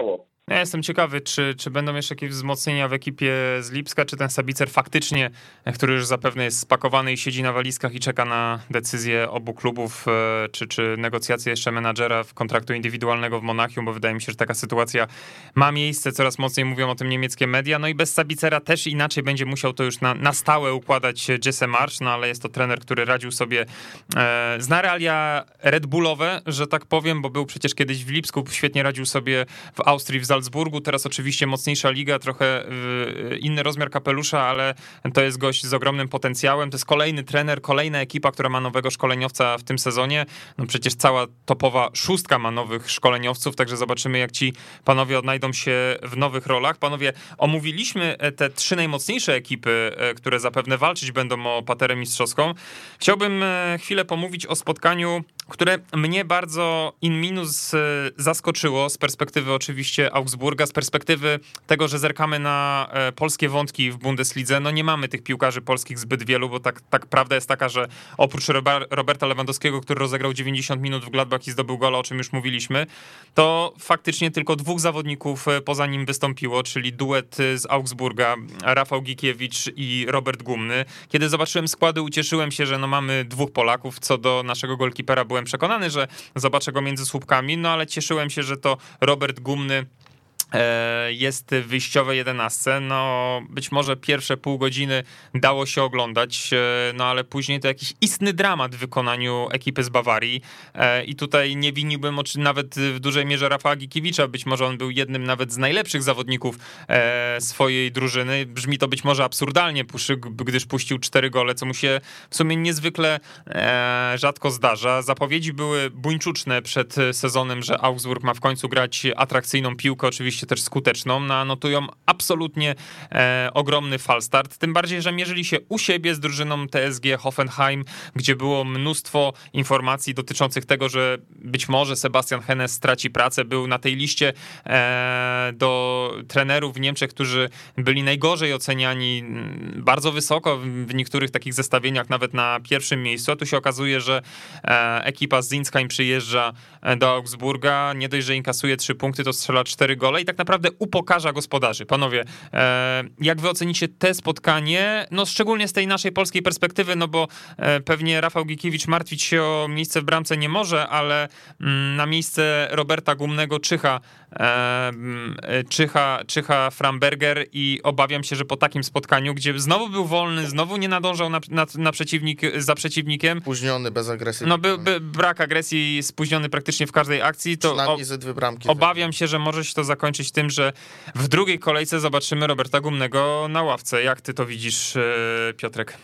Ja jestem ciekawy, czy, czy będą jeszcze jakieś wzmocnienia w ekipie z Lipska, czy ten Sabicer faktycznie, który już zapewne jest spakowany i siedzi na walizkach i czeka na decyzję obu klubów, czy, czy negocjacje jeszcze menadżera w kontraktu indywidualnego w Monachium, bo wydaje mi się, że taka sytuacja ma miejsce, coraz mocniej mówią o tym niemieckie media, no i bez Sabicera też inaczej będzie musiał to już na, na stałe układać Jesse Marsch, no ale jest to trener, który radził sobie, e, zna realia Red Bullowe, że tak powiem, bo był przecież kiedyś w Lipsku, świetnie radził sobie w Austrii, w Salzburgu, teraz oczywiście mocniejsza liga, trochę inny rozmiar kapelusza, ale to jest gość z ogromnym potencjałem, to jest kolejny trener, kolejna ekipa, która ma nowego szkoleniowca w tym sezonie, no przecież cała topowa szóstka ma nowych szkoleniowców, także zobaczymy, jak ci panowie odnajdą się w nowych rolach. Panowie, omówiliśmy te trzy najmocniejsze ekipy, które zapewne walczyć będą o paterę mistrzowską. Chciałbym chwilę pomówić o spotkaniu, które mnie bardzo in minus zaskoczyło z perspektywy oczywiście Augsburga, z perspektywy tego, że zerkamy na polskie wątki w Bundeslidze. No nie mamy tych piłkarzy polskich zbyt wielu, bo tak, tak prawda jest taka, że oprócz Roberta Lewandowskiego, który rozegrał dziewięćdziesiąt minut w Gladbach i zdobył gola, o czym już mówiliśmy, to faktycznie tylko dwóch zawodników poza nim wystąpiło, czyli duet z Augsburga, Rafał Gikiewicz i Robert Gumny. Kiedy zobaczyłem składy, ucieszyłem się, że no mamy dwóch Polaków. Co do naszego golkipera byłem przekonany, że zobaczę go między słupkami, no ale cieszyłem się, że to Robert Gumny jest w wyjściowej jedenastce, no być może pierwsze pół godziny dało się oglądać, no ale później to jakiś istny dramat w wykonaniu ekipy z Bawarii i tutaj nie winiłbym nawet w dużej mierze Rafała Gikiewicza, być może on był jednym nawet z najlepszych zawodników swojej drużyny, brzmi to być może absurdalnie, gdyż puścił cztery gole, co mu się w sumie niezwykle rzadko zdarza. Zapowiedzi były buńczuczne przed sezonem, że Augsburg ma w końcu grać atrakcyjną piłkę, oczywiście też skuteczną, no, notują absolutnie e, ogromny falstart, tym bardziej, że mierzyli się u siebie z drużyną T S G Hoffenheim, gdzie było mnóstwo informacji dotyczących tego, że być może Sebastian Hoeneß straci pracę, był na tej liście e, do trenerów w Niemczech, którzy byli najgorzej oceniani bardzo wysoko, w niektórych takich zestawieniach nawet na pierwszym miejscu, a tu się okazuje, że e, ekipa z Zinsheim przyjeżdża do Augsburga, nie dość, że inkasuje trzy punkty, to strzela cztery gole i tak naprawdę upokarza gospodarzy. Panowie, jak wy ocenicie te spotkanie? No szczególnie z tej naszej polskiej perspektywy, no bo pewnie Rafał Gikiewicz martwić się o miejsce w bramce nie może, ale na miejsce Roberta Gumnego czyha, czyha, czyha Framberger i obawiam się, że po takim spotkaniu, gdzie znowu był wolny, znowu nie nadążał na, na, na przeciwnik, za przeciwnikiem. Spóźniony, bez agresji. No by, by, brak agresji, spóźniony praktycznie w każdej akcji. To przynajmniej ze dwie bramki. Obawiam się, że może się to zakończyć tym, że w drugiej kolejce zobaczymy Roberta Gumnego na ławce. Jak ty to widzisz, Piotrek?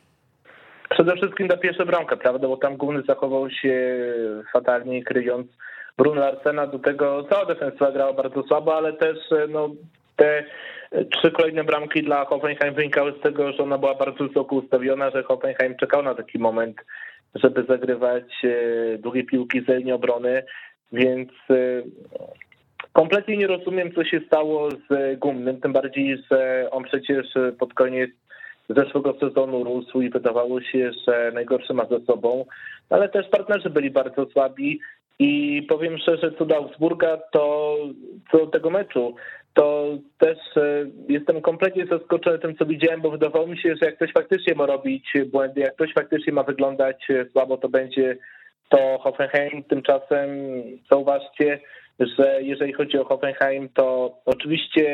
Przede wszystkim ta pierwsza bramka, prawda, bo tam Gumny zachował się fatalnie, kryjąc Bruno Larsena. Do tego cała defensywa grała bardzo słabo, ale też no, te trzy kolejne bramki dla Hoffenheim wynikały z tego, że ona była bardzo wysoko ustawiona, że Hoffenheim czekał na taki moment, żeby zagrywać długie piłki z linii obrony, więc kompletnie nie rozumiem, co się stało z Gumnym, tym bardziej, że on przecież pod koniec zeszłego sezonu rósł i wydawało się, że najgorsze ma ze sobą, ale też partnerzy byli bardzo słabi i powiem szczerze, co do Augsburga, to co do tego meczu, to też jestem kompletnie zaskoczony tym, co widziałem, bo wydawało mi się, że jak ktoś faktycznie ma robić błędy, jak ktoś faktycznie ma wyglądać słabo, to będzie to Hoffenheim. Tymczasem zauważcie, że jeżeli chodzi o Hoffenheim, to oczywiście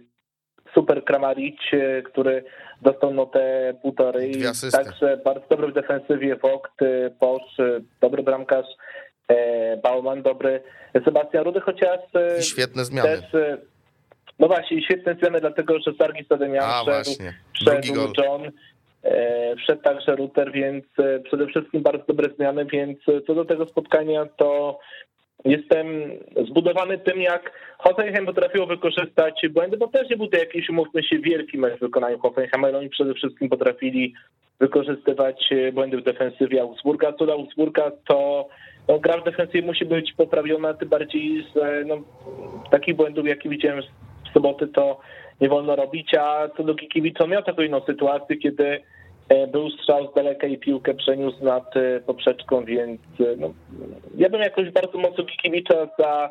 super Kramaric, który dostał notę półtorej, także bardzo dobry w defensywie Vogt, Posz, dobry bramkarz, Baumann, dobry Sebastian Rudy, chociaż i świetne zmiany. Też, no właśnie, świetne zmiany, dlatego że Sargis Ademian wszedł, wszedł John, wszedł także Ruter, więc przede wszystkim bardzo dobre zmiany, więc co do tego spotkania, to jestem zbudowany tym, jak Hoffenheim potrafiło wykorzystać błędy, bo też nie był to jakiś, umówmy się, wielki mecz w wykonaniu Hoffenheima, ale oni przede wszystkim potrafili wykorzystywać błędy w defensywie Augsburga. Co do Augsburga, to no, gra w defensywie musi być poprawiona, tym bardziej, że no, takich błędów, jakie widziałem w soboty, to nie wolno robić, a co do Gikiewicza, miał taką inną sytuację, kiedy był strzał z daleka i piłkę przeniósł nad poprzeczką, więc no, ja bym jakoś bardzo mocno Gikiewicza za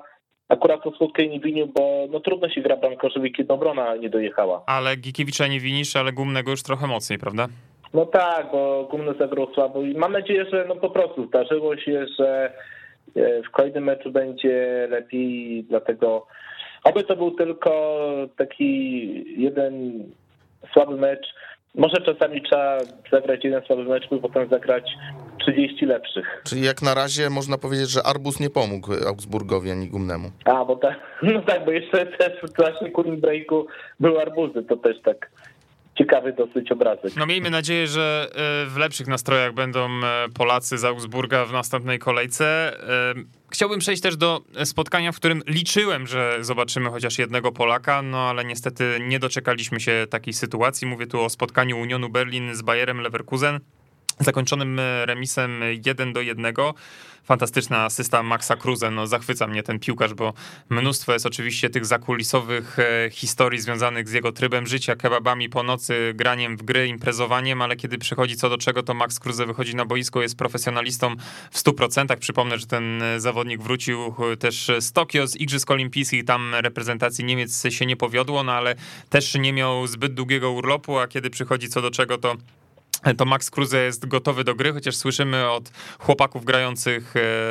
akurat o słodkiej nie winił, bo no trudno się gra bramkarzowi, kiedy obrona nie dojechała. Ale Gikiewicza nie winisz, ale Gumnego już trochę mocniej, prawda? No tak, bo Gumny zagrał słabo i mam nadzieję, że no po prostu zdarzyło się, że w kolejnym meczu będzie lepiej, dlatego oby to był tylko taki jeden słaby mecz. Może czasami trzeba zagrać jeden słaby mecz, by potem zagrać trzydzieści lepszych. Czyli jak na razie można powiedzieć, że Arbus nie pomógł Augsburgowi ani Gumnemu. A, bo tak, no tak, bo jeszcze też w klasycznym breaku były arbuzy, to też tak ciekawy dosyć obrazek. No miejmy nadzieję, że w lepszych nastrojach będą Polacy z Augsburga w następnej kolejce. Chciałbym przejść też do spotkania, w którym liczyłem, że zobaczymy chociaż jednego Polaka, no ale niestety nie doczekaliśmy się takiej sytuacji. Mówię tu o spotkaniu Unionu Berlin z Bayerem Leverkusen, zakończonym remisem jeden do jednego. Fantastyczna asysta Maxa Kruse, no zachwyca mnie ten piłkarz, bo mnóstwo jest oczywiście tych zakulisowych historii związanych z jego trybem życia, kebabami po nocy, graniem w gry, imprezowaniem, ale kiedy przychodzi co do czego, to Max Kruse wychodzi na boisko, jest profesjonalistą w stu procentach. Przypomnę, że ten zawodnik wrócił też z Tokio, z Igrzysk Olimpijskich, tam reprezentacji Niemiec się nie powiodło, no ale też nie miał zbyt długiego urlopu, a kiedy przychodzi co do czego, to to Max Kruse jest gotowy do gry, chociaż słyszymy od chłopaków grających,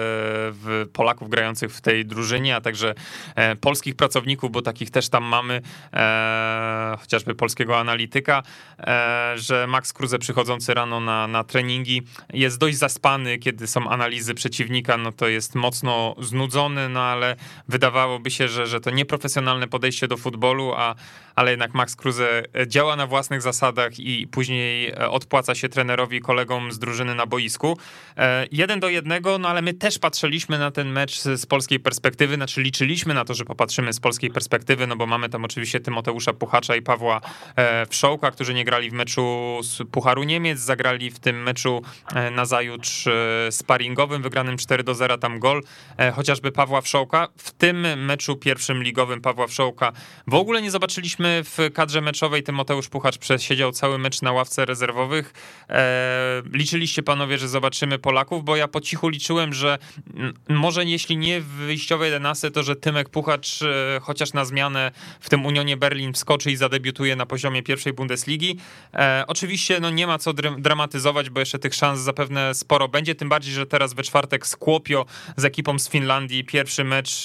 w Polaków grających w tej drużynie, a także polskich pracowników, bo takich też tam mamy, chociażby polskiego analityka, że Max Kruse przychodzący rano na, na treningi jest dość zaspany, kiedy są analizy przeciwnika, no to jest mocno znudzony, no ale wydawałoby się, że, że to nieprofesjonalne podejście do futbolu, a ale jednak Max Kruse działa na własnych zasadach i później odpłaca się trenerowi, kolegom z drużyny na boisku. Jeden do jednego, no ale my też patrzyliśmy na ten mecz z polskiej perspektywy, znaczy liczyliśmy na to, że popatrzymy z polskiej perspektywy, no bo mamy tam oczywiście Tymoteusza Puchacza i Pawła Wszołka, którzy nie grali w meczu z Pucharu Niemiec, zagrali w tym meczu nazajutrz sparingowym, wygranym cztery do zera, tam gol chociażby Pawła Wszołka. W tym meczu pierwszym ligowym Pawła Wszołka w ogóle nie zobaczyliśmy w kadrze meczowej. Tymoteusz Puchacz przesiedział cały mecz na ławce rezerwowych. E, liczyliście panowie, że zobaczymy Polaków, bo ja po cichu liczyłem, że może jeśli nie w wyjściowej jedenastce, to że Tymek Puchacz e, chociaż na zmianę w tym Unionie Berlin wskoczy i zadebiutuje na poziomie pierwszej Bundesligi. E, oczywiście no nie ma co dramatyzować, bo jeszcze tych szans zapewne sporo będzie, tym bardziej, że teraz we czwartek Skłopio z ekipą z Finlandii pierwszy mecz e,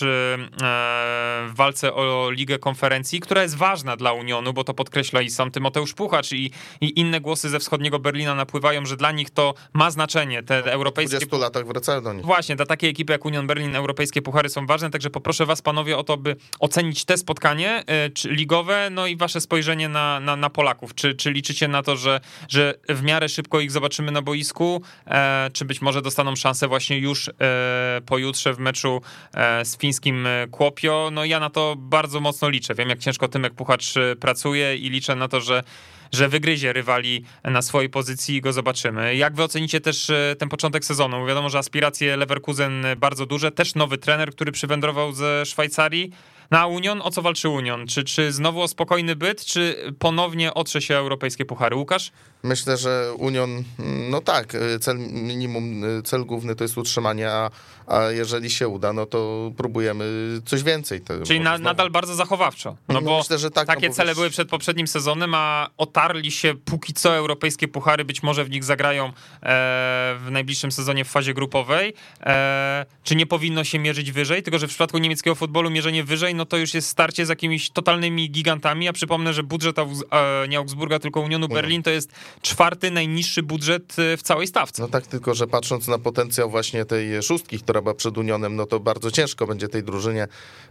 w walce o Ligę Konferencji, która jest ważna dla Unionu, bo to podkreśla i sam Tymoteusz Puchacz i, i inne głosy ze wschodniego Berlina napływają, że dla nich to ma znaczenie. Te europejskie... W dwudziestu latach wracają do nich. Właśnie, dla takiej ekipy jak Union Berlin europejskie puchary są ważne, także poproszę was panowie o to, by ocenić te spotkanie czy ligowe, no i wasze spojrzenie na, na, na Polaków. Czy, czy liczycie na to, że, że w miarę szybko ich zobaczymy na boisku, e, czy być może dostaną szansę właśnie już e, pojutrze w meczu e, z fińskim Kuopio? No ja na to bardzo mocno liczę. Wiem, jak ciężko Tymek Puchacz pracuje i liczę na to, że że wygryzie rywali na swojej pozycji i go zobaczymy. Jak wy ocenicie też ten początek sezonu? Wiadomo, że aspiracje Leverkusen bardzo duże, też nowy trener, który przywędrował ze Szwajcarii. Na Union, o co walczy Union? Czy, czy znowu o spokojny byt, czy ponownie otrze się europejskie puchary? Łukasz? Myślę, że Union, no tak, cel minimum, cel główny to jest utrzymanie, a, a jeżeli się uda, no to próbujemy coś więcej. To Czyli na, nadal bardzo zachowawczo. No, no bo myślę, że tak, takie no cele wiesz... były przed poprzednim sezonem, a otarli się póki co europejskie puchary, być może w nich zagrają e, w najbliższym sezonie w fazie grupowej. E, czy nie powinno się mierzyć wyżej? Tylko że w przypadku niemieckiego futbolu mierzenie wyżej, no to już jest starcie z jakimiś totalnymi gigantami. A przypomnę, że budżet nie Augsburga, tylko Unionu Berlin to jest czwarty najniższy budżet w całej stawce. No tak, tylko że patrząc na potencjał właśnie tej szóstki, która była przed Unionem, no to bardzo ciężko będzie tej drużynie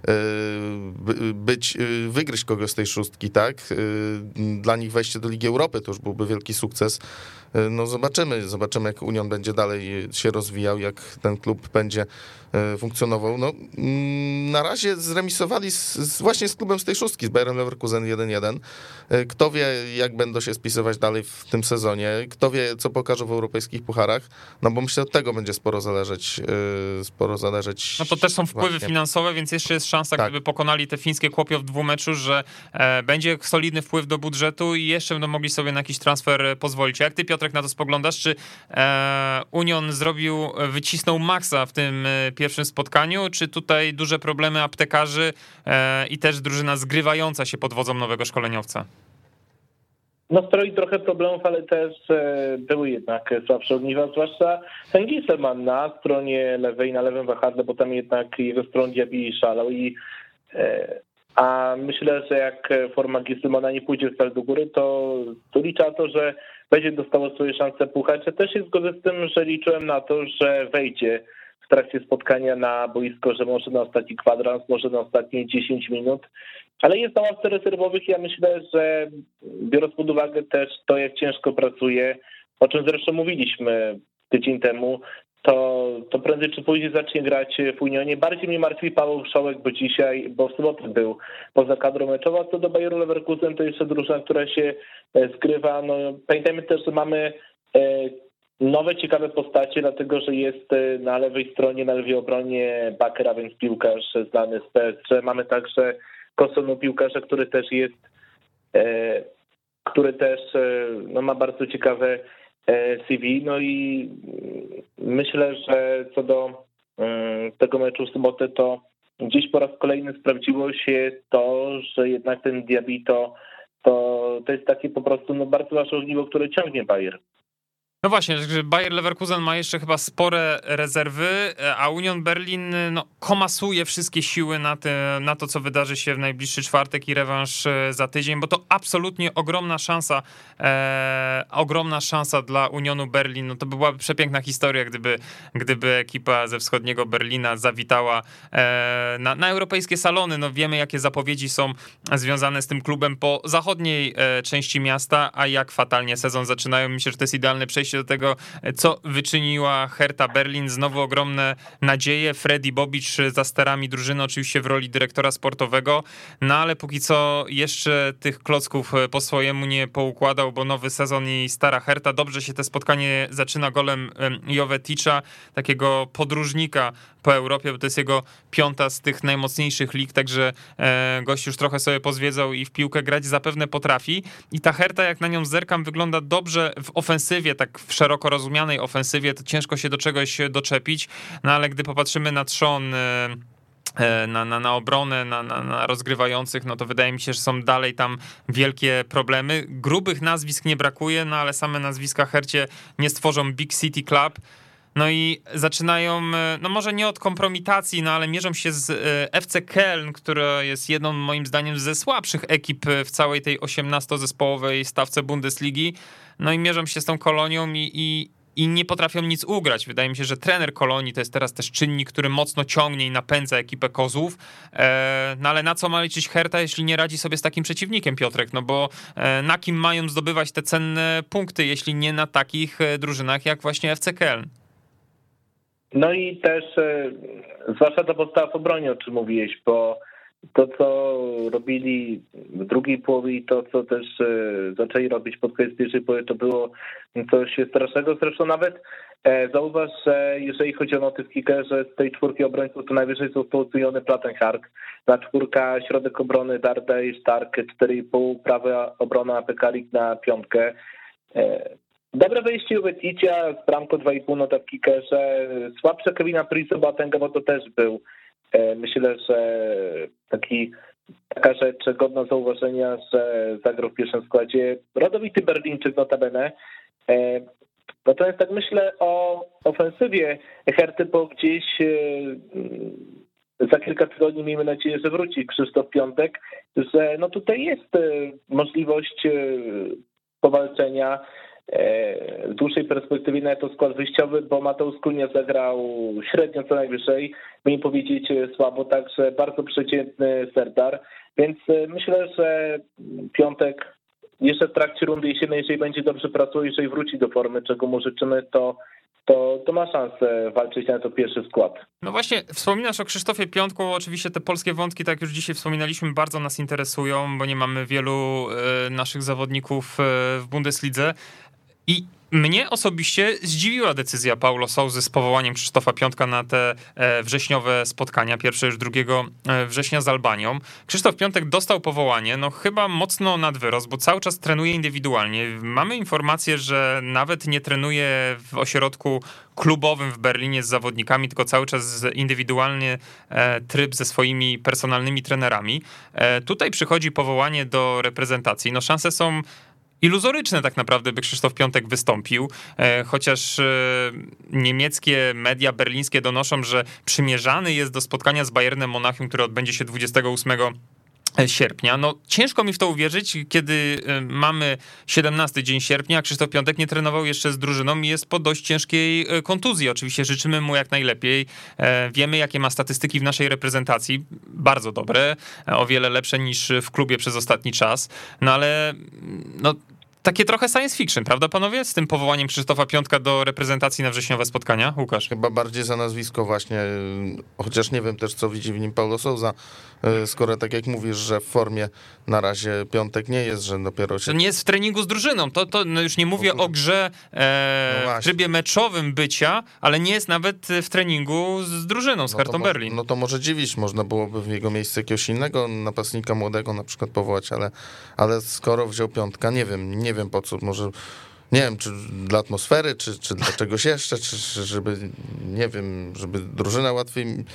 być, wygryźć kogoś z tej szóstki, tak? Dla nich wejście do Ligi Europy to już byłby wielki sukces. No zobaczymy, zobaczymy jak Union będzie dalej się rozwijał, jak ten klub będzie funkcjonował. No na razie zremisowali rywali z, z, właśnie z klubem z tej szóstki, z Bayerem Leverkusen jeden jeden. Kto wie, jak będą się spisywać dalej w tym sezonie, kto wie, co pokażą w europejskich pucharach, no bo myślę, od tego będzie sporo zależeć. Sporo zależeć no to też są wpływy właśnie finansowe, więc jeszcze jest szansa, tak. gdyby pokonali te fińskie kłopio w dwumeczu, że e, będzie solidny wpływ do budżetu i jeszcze będą mogli sobie na jakiś transfer pozwolić. Jak ty, Piotrek, na to spoglądasz? Czy e, Union zrobił, wycisnął maksa w tym e, pierwszym spotkaniu, czy tutaj duże problemy aptekarzy e, i też drużyna zgrywająca się pod wodzą nowego szkoleniowca? No stroi trochę problemów, ale też e, były jednak słabsze ogniwa, zwłaszcza ten Gieselman na stronie lewej, na lewym wahadle, bo tam jednak jego stron Diaby szalał i e, a myślę, że jak forma Gieselmana nie pójdzie wcale do góry, to, to liczę na to, że będzie dostało swoje szanse puchać. Ja też się zgodzę z tym, że liczyłem na to, że wejdzie w trakcie spotkania na boisko, że może na ostatni kwadrans, może na ostatnie dziesięć minut, ale jest na ławce rezerwowych. Ja myślę, że biorąc pod uwagę też to, jak ciężko pracuje, o czym zresztą mówiliśmy tydzień temu, to, to prędzej czy później zacznie grać w Unionie. Bardziej mnie martwi Paweł Wszołek, bo dzisiaj, bo w sobotę był poza kadrą meczową, a co do Bayeru Leverkusen, to jeszcze drużyna, która się zgrywa. No, pamiętajmy też, że mamy nowe, ciekawe postacie, dlatego że jest na lewej stronie, na lewej obronie Baker, a więc piłkarz znany z P S G. Mamy także Kosonu, piłkarza, który też jest, który też no, ma bardzo ciekawe C V. No i myślę, że co do tego meczu w sobotę, to gdzieś po raz kolejny sprawdziło się to, że jednak ten Diaby to, to, to jest takie po prostu no, bardzo ważne ogniwo, które ciągnie Bayer. No właśnie, że Bayer Leverkusen ma jeszcze chyba spore rezerwy, a Union Berlin no, komasuje wszystkie siły na, te, na to, co wydarzy się w najbliższy czwartek i rewanż za tydzień, bo to absolutnie ogromna szansa, e, ogromna szansa dla Unionu Berlin. No to by byłaby przepiękna historia, gdyby, gdyby ekipa ze wschodniego Berlina zawitała e, na, na europejskie salony. No wiemy, jakie zapowiedzi są związane z tym klubem po zachodniej e, części miasta, a jak fatalnie sezon zaczynają. Myślę, że to jest idealne przejście do tego, co wyczyniła Hertha Berlin. Znowu ogromne nadzieje. Freddy Bobic za sterami drużyny, oczywiście w roli dyrektora sportowego, no ale póki co jeszcze tych klocków po swojemu nie poukładał, bo nowy sezon i stara Hertha. Dobrze się te spotkanie zaczyna golem Joveticza, takiego podróżnika po Europie, bo to jest jego piąta z tych najmocniejszych lig, także gość już trochę sobie pozwiedzał i w piłkę grać zapewne potrafi. I ta Hertha, jak na nią zerkam, wygląda dobrze w ofensywie, tak w szeroko rozumianej ofensywie, to ciężko się do czegoś doczepić, no ale gdy popatrzymy na trzon, na, na, na obronę, na, na, na rozgrywających, no to wydaje mi się, że są dalej tam wielkie problemy. Grubych nazwisk nie brakuje, no ale same nazwiska Hercie nie stworzą Big City Club. No i zaczynają, no może nie od kompromitacji, no ale mierzą się z F C Köln, która jest jedną moim zdaniem ze słabszych ekip w całej tej osiemnastozespołowej stawce Bundesligi. No i mierzą się z tą Kolonią i, i, i nie potrafią nic ugrać. Wydaje mi się, że trener Kolonii to jest teraz też czynnik, który mocno ciągnie i napędza ekipę Kozłów. No ale na co ma liczyć Hertha, jeśli nie radzi sobie z takim przeciwnikiem, Piotrek? No bo na kim mają zdobywać te cenne punkty, jeśli nie na takich drużynach jak właśnie F C Köln? No i też zwłaszcza ta postawa w obronie, o czym mówiłeś, bo to, co robili w drugiej połowie i to, co też zaczęli robić pod koniec pierwszej połowy, to było coś strasznego. Zresztą nawet zauważ, że jeżeli chodzi o notyfkikę, że z tej czwórki obrońców to najwyżej są połączone Plattenhardt, na czwórka środek obrony Dardai, Stark, cztery i pół, prawa obrona Pekarik na piątkę. Dobre wejście Joveticza z bramką dwa i pół, no to w kickerze. Słabsze Kevina Prince'a Boatenga, bo to też był, myślę, że taki, taka rzecz godna zauważenia, że zagrał w pierwszym składzie. Rodowity Berlińczyk notabene. Natomiast tak myślę o ofensywie Herty, bo gdzieś za kilka tygodni miejmy nadzieję, że wróci Krzysztof Piątek, że no tutaj jest możliwość powalczenia w dłuższej perspektywie na to skład wyjściowy, bo Mateusz Kunia zagrał średnio co najwyżej, by nie powiedzieć słabo, także bardzo przeciętny Serdar, więc myślę, że Piątek jeszcze w trakcie rundy jesiennej, jeżeli będzie dobrze pracował, jeżeli wróci do formy, czego mu życzymy, to to, to ma szansę walczyć na to pierwszy skład. No właśnie, wspominasz o Krzysztofie Piątku, oczywiście te polskie wątki, tak jak już dzisiaj wspominaliśmy, bardzo nas interesują, bo nie mamy wielu y, naszych zawodników y, w Bundeslidze i mnie osobiście zdziwiła decyzja Paulo Sousy z powołaniem Krzysztofa Piątka na te wrześniowe spotkania, pierwsze już drugiego września z Albanią. Krzysztof Piątek dostał powołanie, no chyba mocno nad wyrost, bo cały czas trenuje indywidualnie. Mamy informację, że nawet nie trenuje w ośrodku klubowym w Berlinie z zawodnikami, tylko cały czas indywidualnie tryb ze swoimi personalnymi trenerami. Tutaj przychodzi powołanie do reprezentacji. No szanse są iluzoryczne tak naprawdę, by Krzysztof Piątek wystąpił, chociaż niemieckie media berlińskie donoszą, że przymierzany jest do spotkania z Bayernem Monachium, które odbędzie się dwudziestego ósmego sierpnia. No ciężko mi w to uwierzyć, kiedy mamy siedemnasty dzień sierpnia, a Krzysztof Piątek nie trenował jeszcze z drużyną i jest po dość ciężkiej kontuzji. Oczywiście życzymy mu jak najlepiej. Wiemy, jakie ma statystyki w naszej reprezentacji. Bardzo dobre, o wiele lepsze niż w klubie przez ostatni czas. No ale no takie trochę science fiction, prawda panowie? Z tym powołaniem Krzysztofa Piątka do reprezentacji na wrześniowe spotkania. Łukasz? Chyba bardziej za nazwisko właśnie, chociaż nie wiem też, co widzi w nim Paulo Sousa, skoro tak jak mówisz, że w formie na razie Piątek nie jest, że dopiero się... To nie jest w treningu z drużyną, to, to no już nie mówię o grze e, no w trybie meczowym bycia, ale nie jest nawet w treningu z drużyną, z no Hertą mo- Berlin. No to może dziwić, można byłoby w jego miejsce jakiegoś innego napastnika młodego na przykład powołać, ale, ale skoro wziął Piątka, nie wiem, nie wiem po co, może... Nie wiem, czy dla atmosfery, czy, czy dla czegoś jeszcze, czy, czy żeby, nie wiem, żeby drużyna łatwiej... Yy,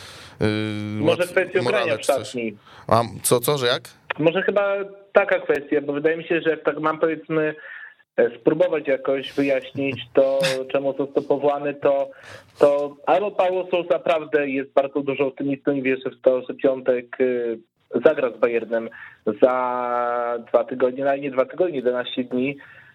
Może kwestia grania w szatni. A co, co, że jak? Może chyba taka kwestia, bo wydaje mi się, że jak tak mam, powiedzmy, spróbować jakoś wyjaśnić to, czemu został powołany, to, to albo Paulo Sousa naprawdę jest bardzo dużo optymistą i wierzy w to, że Piątek zagra z Bayernem za dwa tygodnie, no nie dwa tygodnie, jedenaście dni,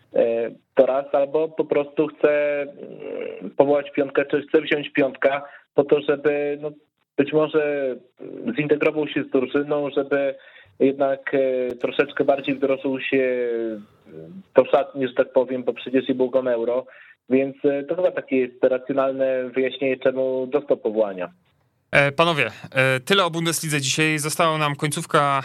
to raz, albo po prostu chce powołać Piątkę, czy chce wziąć Piątka po to, żeby no, być może zintegrował się z drużyną, żeby jednak troszeczkę bardziej wdrożył się do szatni, że tak powiem, bo przecież nie było go na Euro, więc to chyba takie jest racjonalne wyjaśnienie, czemu dostał powołania. Panowie, tyle o Bundeslidze dzisiaj. Została nam końcówka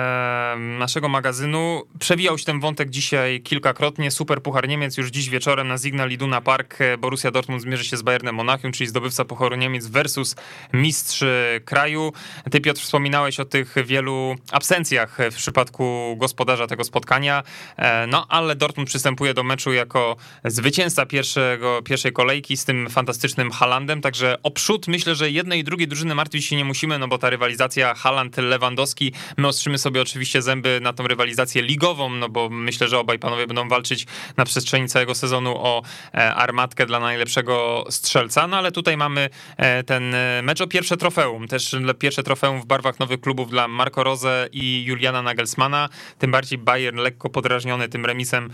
naszego magazynu. Przewijał się ten wątek dzisiaj kilkakrotnie. Super Puchar Niemiec już dziś wieczorem na Signal Iduna Park. Borussia Dortmund zmierzy się z Bayernem Monachium, czyli zdobywca Pucharu Niemiec versus mistrz kraju. Ty, Piotr, wspominałeś o tych wielu absencjach w przypadku gospodarza tego spotkania. No, ale Dortmund przystępuje do meczu jako zwycięzca pierwszego, pierwszej kolejki z tym fantastycznym Haalandem. Także o przód myślę, że jednej i drugiej drużyny martwić się nie musimy, no bo ta rywalizacja Haaland-Lewandowski, my ostrzymy sobie oczywiście zęby na tą rywalizację ligową, no bo myślę, że obaj panowie będą walczyć na przestrzeni całego sezonu o armatkę dla najlepszego strzelca, no ale tutaj mamy ten mecz o pierwsze trofeum, też pierwsze trofeum w barwach nowych klubów dla Marco Rose i Juliana Nagelsmana, tym bardziej Bayern lekko podrażniony tym remisem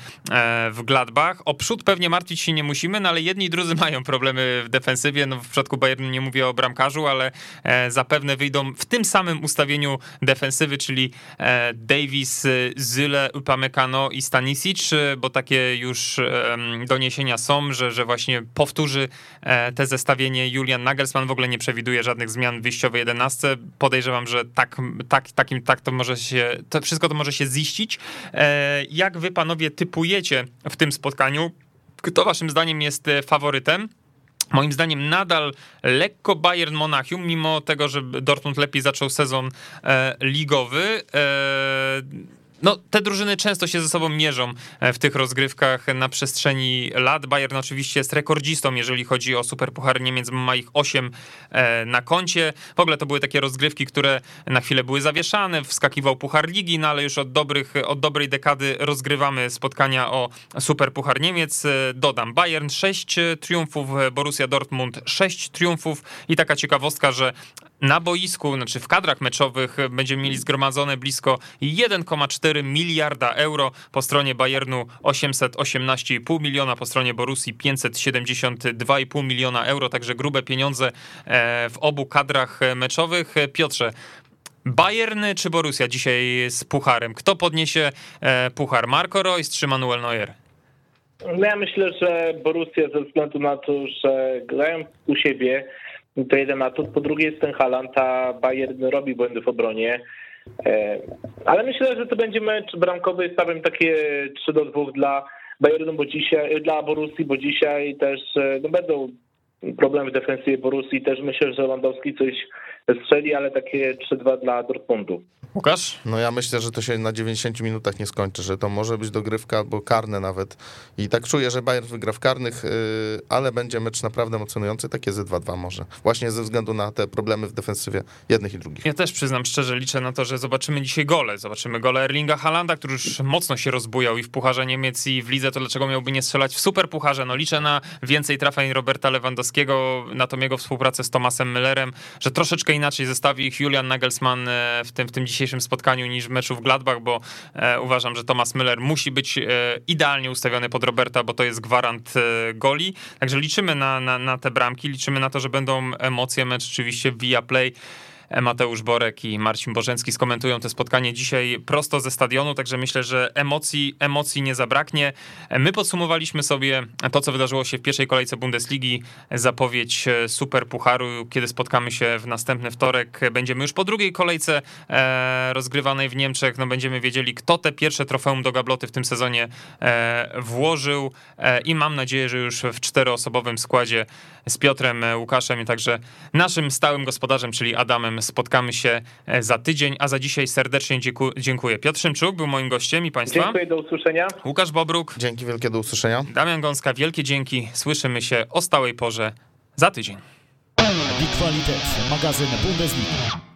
w Gladbach. O przód pewnie martwić się nie musimy, no ale jedni i drudzy mają problemy w defensywie, no w przypadku Bayernu nie mówię o bramkarzu, ale zapewne wyjdą w tym samym ustawieniu defensywy, czyli Davis, Zyle, Upamecano i Stanisic, bo takie już doniesienia są, że, że właśnie powtórzy te zestawienie Julian Nagelsmann. W ogóle nie przewiduje żadnych zmian w wyjściowej jedenastce. Podejrzewam, że tak, tak, takim, tak to może się, to wszystko to może się ziścić. Jak wy, panowie, typujecie w tym spotkaniu? Kto waszym zdaniem jest faworytem? Moim zdaniem nadal lekko Bayern Monachium, mimo tego, że Dortmund lepiej zaczął sezon e, ligowy. E, No, te drużyny często się ze sobą mierzą w tych rozgrywkach na przestrzeni lat. Bayern oczywiście jest rekordzistą, jeżeli chodzi o Superpuchar Niemiec, ma ich osiem na koncie. W ogóle to były takie rozgrywki, które na chwilę były zawieszane, wskakiwał Puchar Ligi, no ale już od, dobrych, od dobrej dekady rozgrywamy spotkania o Superpuchar Niemiec. Dodam, Bayern sześć triumfów, Borussia Dortmund sześć triumfów i taka ciekawostka, że na boisku, znaczy w kadrach meczowych będziemy mieli zgromadzone blisko jeden przecinek cztery miliarda euro, po stronie Bayernu osiemset osiemnaście i pół miliona, po stronie Borussii pięćset siedemdziesiąt dwa i pół miliona euro, także grube pieniądze w obu kadrach meczowych. Piotrze, Bayern czy Borussia dzisiaj z pucharem? Kto podniesie puchar? Marco Reus czy Manuel Neuer? No ja myślę, że Borussia ze względu na to, że grają u siebie, to jeden atut, po drugie jest ten Haaland, a Bayern robi błędy w obronie. Ale myślę, że to będzie mecz bramkowy, stawiam takie trzy do dwóch dla Bayernu, bo dzisiaj, dla Borussii, bo dzisiaj też no, będą problemy w defensywie Borussii. Też myślę, że Lewandowski coś strzeli, ale takie trzy dwa dla Dortmundu. Łukasz? No ja myślę, że to się na dziewięćdziesięciu minutach nie skończy, że to może być dogrywka albo karne nawet. I tak czuję, że Bayern wygra w karnych, ale będzie mecz naprawdę emocjonujący, takie ze dwa dwa może. Właśnie ze względu na te problemy w defensywie jednych i drugich. Ja też przyznam szczerze, liczę na to, że zobaczymy dzisiaj gole. Zobaczymy gole Erlinga Haalanda, który już mocno się rozbujał i w Pucharze Niemiec i w lidze, to dlaczego miałby nie strzelać w Superpucharze? No liczę na więcej trafień Roberta Lewandowskiego, na tą jego współpracę z Thomasem Müllerem, że troszeczkę inaczej zestawi ich Julian Nagelsmann w tym, w tym dzisiejszym spotkaniu niż w meczu w Gladbach, bo e, uważam, że Thomas Müller musi być e, idealnie ustawiony pod Roberta, bo to jest gwarant e, goli. Także liczymy na, na, na te bramki, liczymy na to, że będą emocje. Mecz oczywiście via Play. Mateusz Borek i Marcin Bożencki skomentują to spotkanie dzisiaj prosto ze stadionu, także myślę, że emocji, emocji nie zabraknie. My podsumowaliśmy sobie to, co wydarzyło się w pierwszej kolejce Bundesligi, zapowiedź Superpucharu, kiedy spotkamy się w następny wtorek. Będziemy już po drugiej kolejce rozgrywanej w Niemczech, no będziemy wiedzieli, kto te pierwsze trofeum do gabloty w tym sezonie włożył i mam nadzieję, że już w czteroosobowym składzie z Piotrem, Łukaszem i także naszym stałym gospodarzem, czyli Adamem, spotkamy się za tydzień, a za dzisiaj serdecznie dziękuję. Piotr Szymczuk był moim gościem i państwa. Dziękuję, do usłyszenia. Łukasz Bobruk. Dzięki wielkie, do usłyszenia. Damian Gąska, wielkie dzięki. Słyszymy się o stałej porze za tydzień. Die Qualität, magazyn Bundesliga.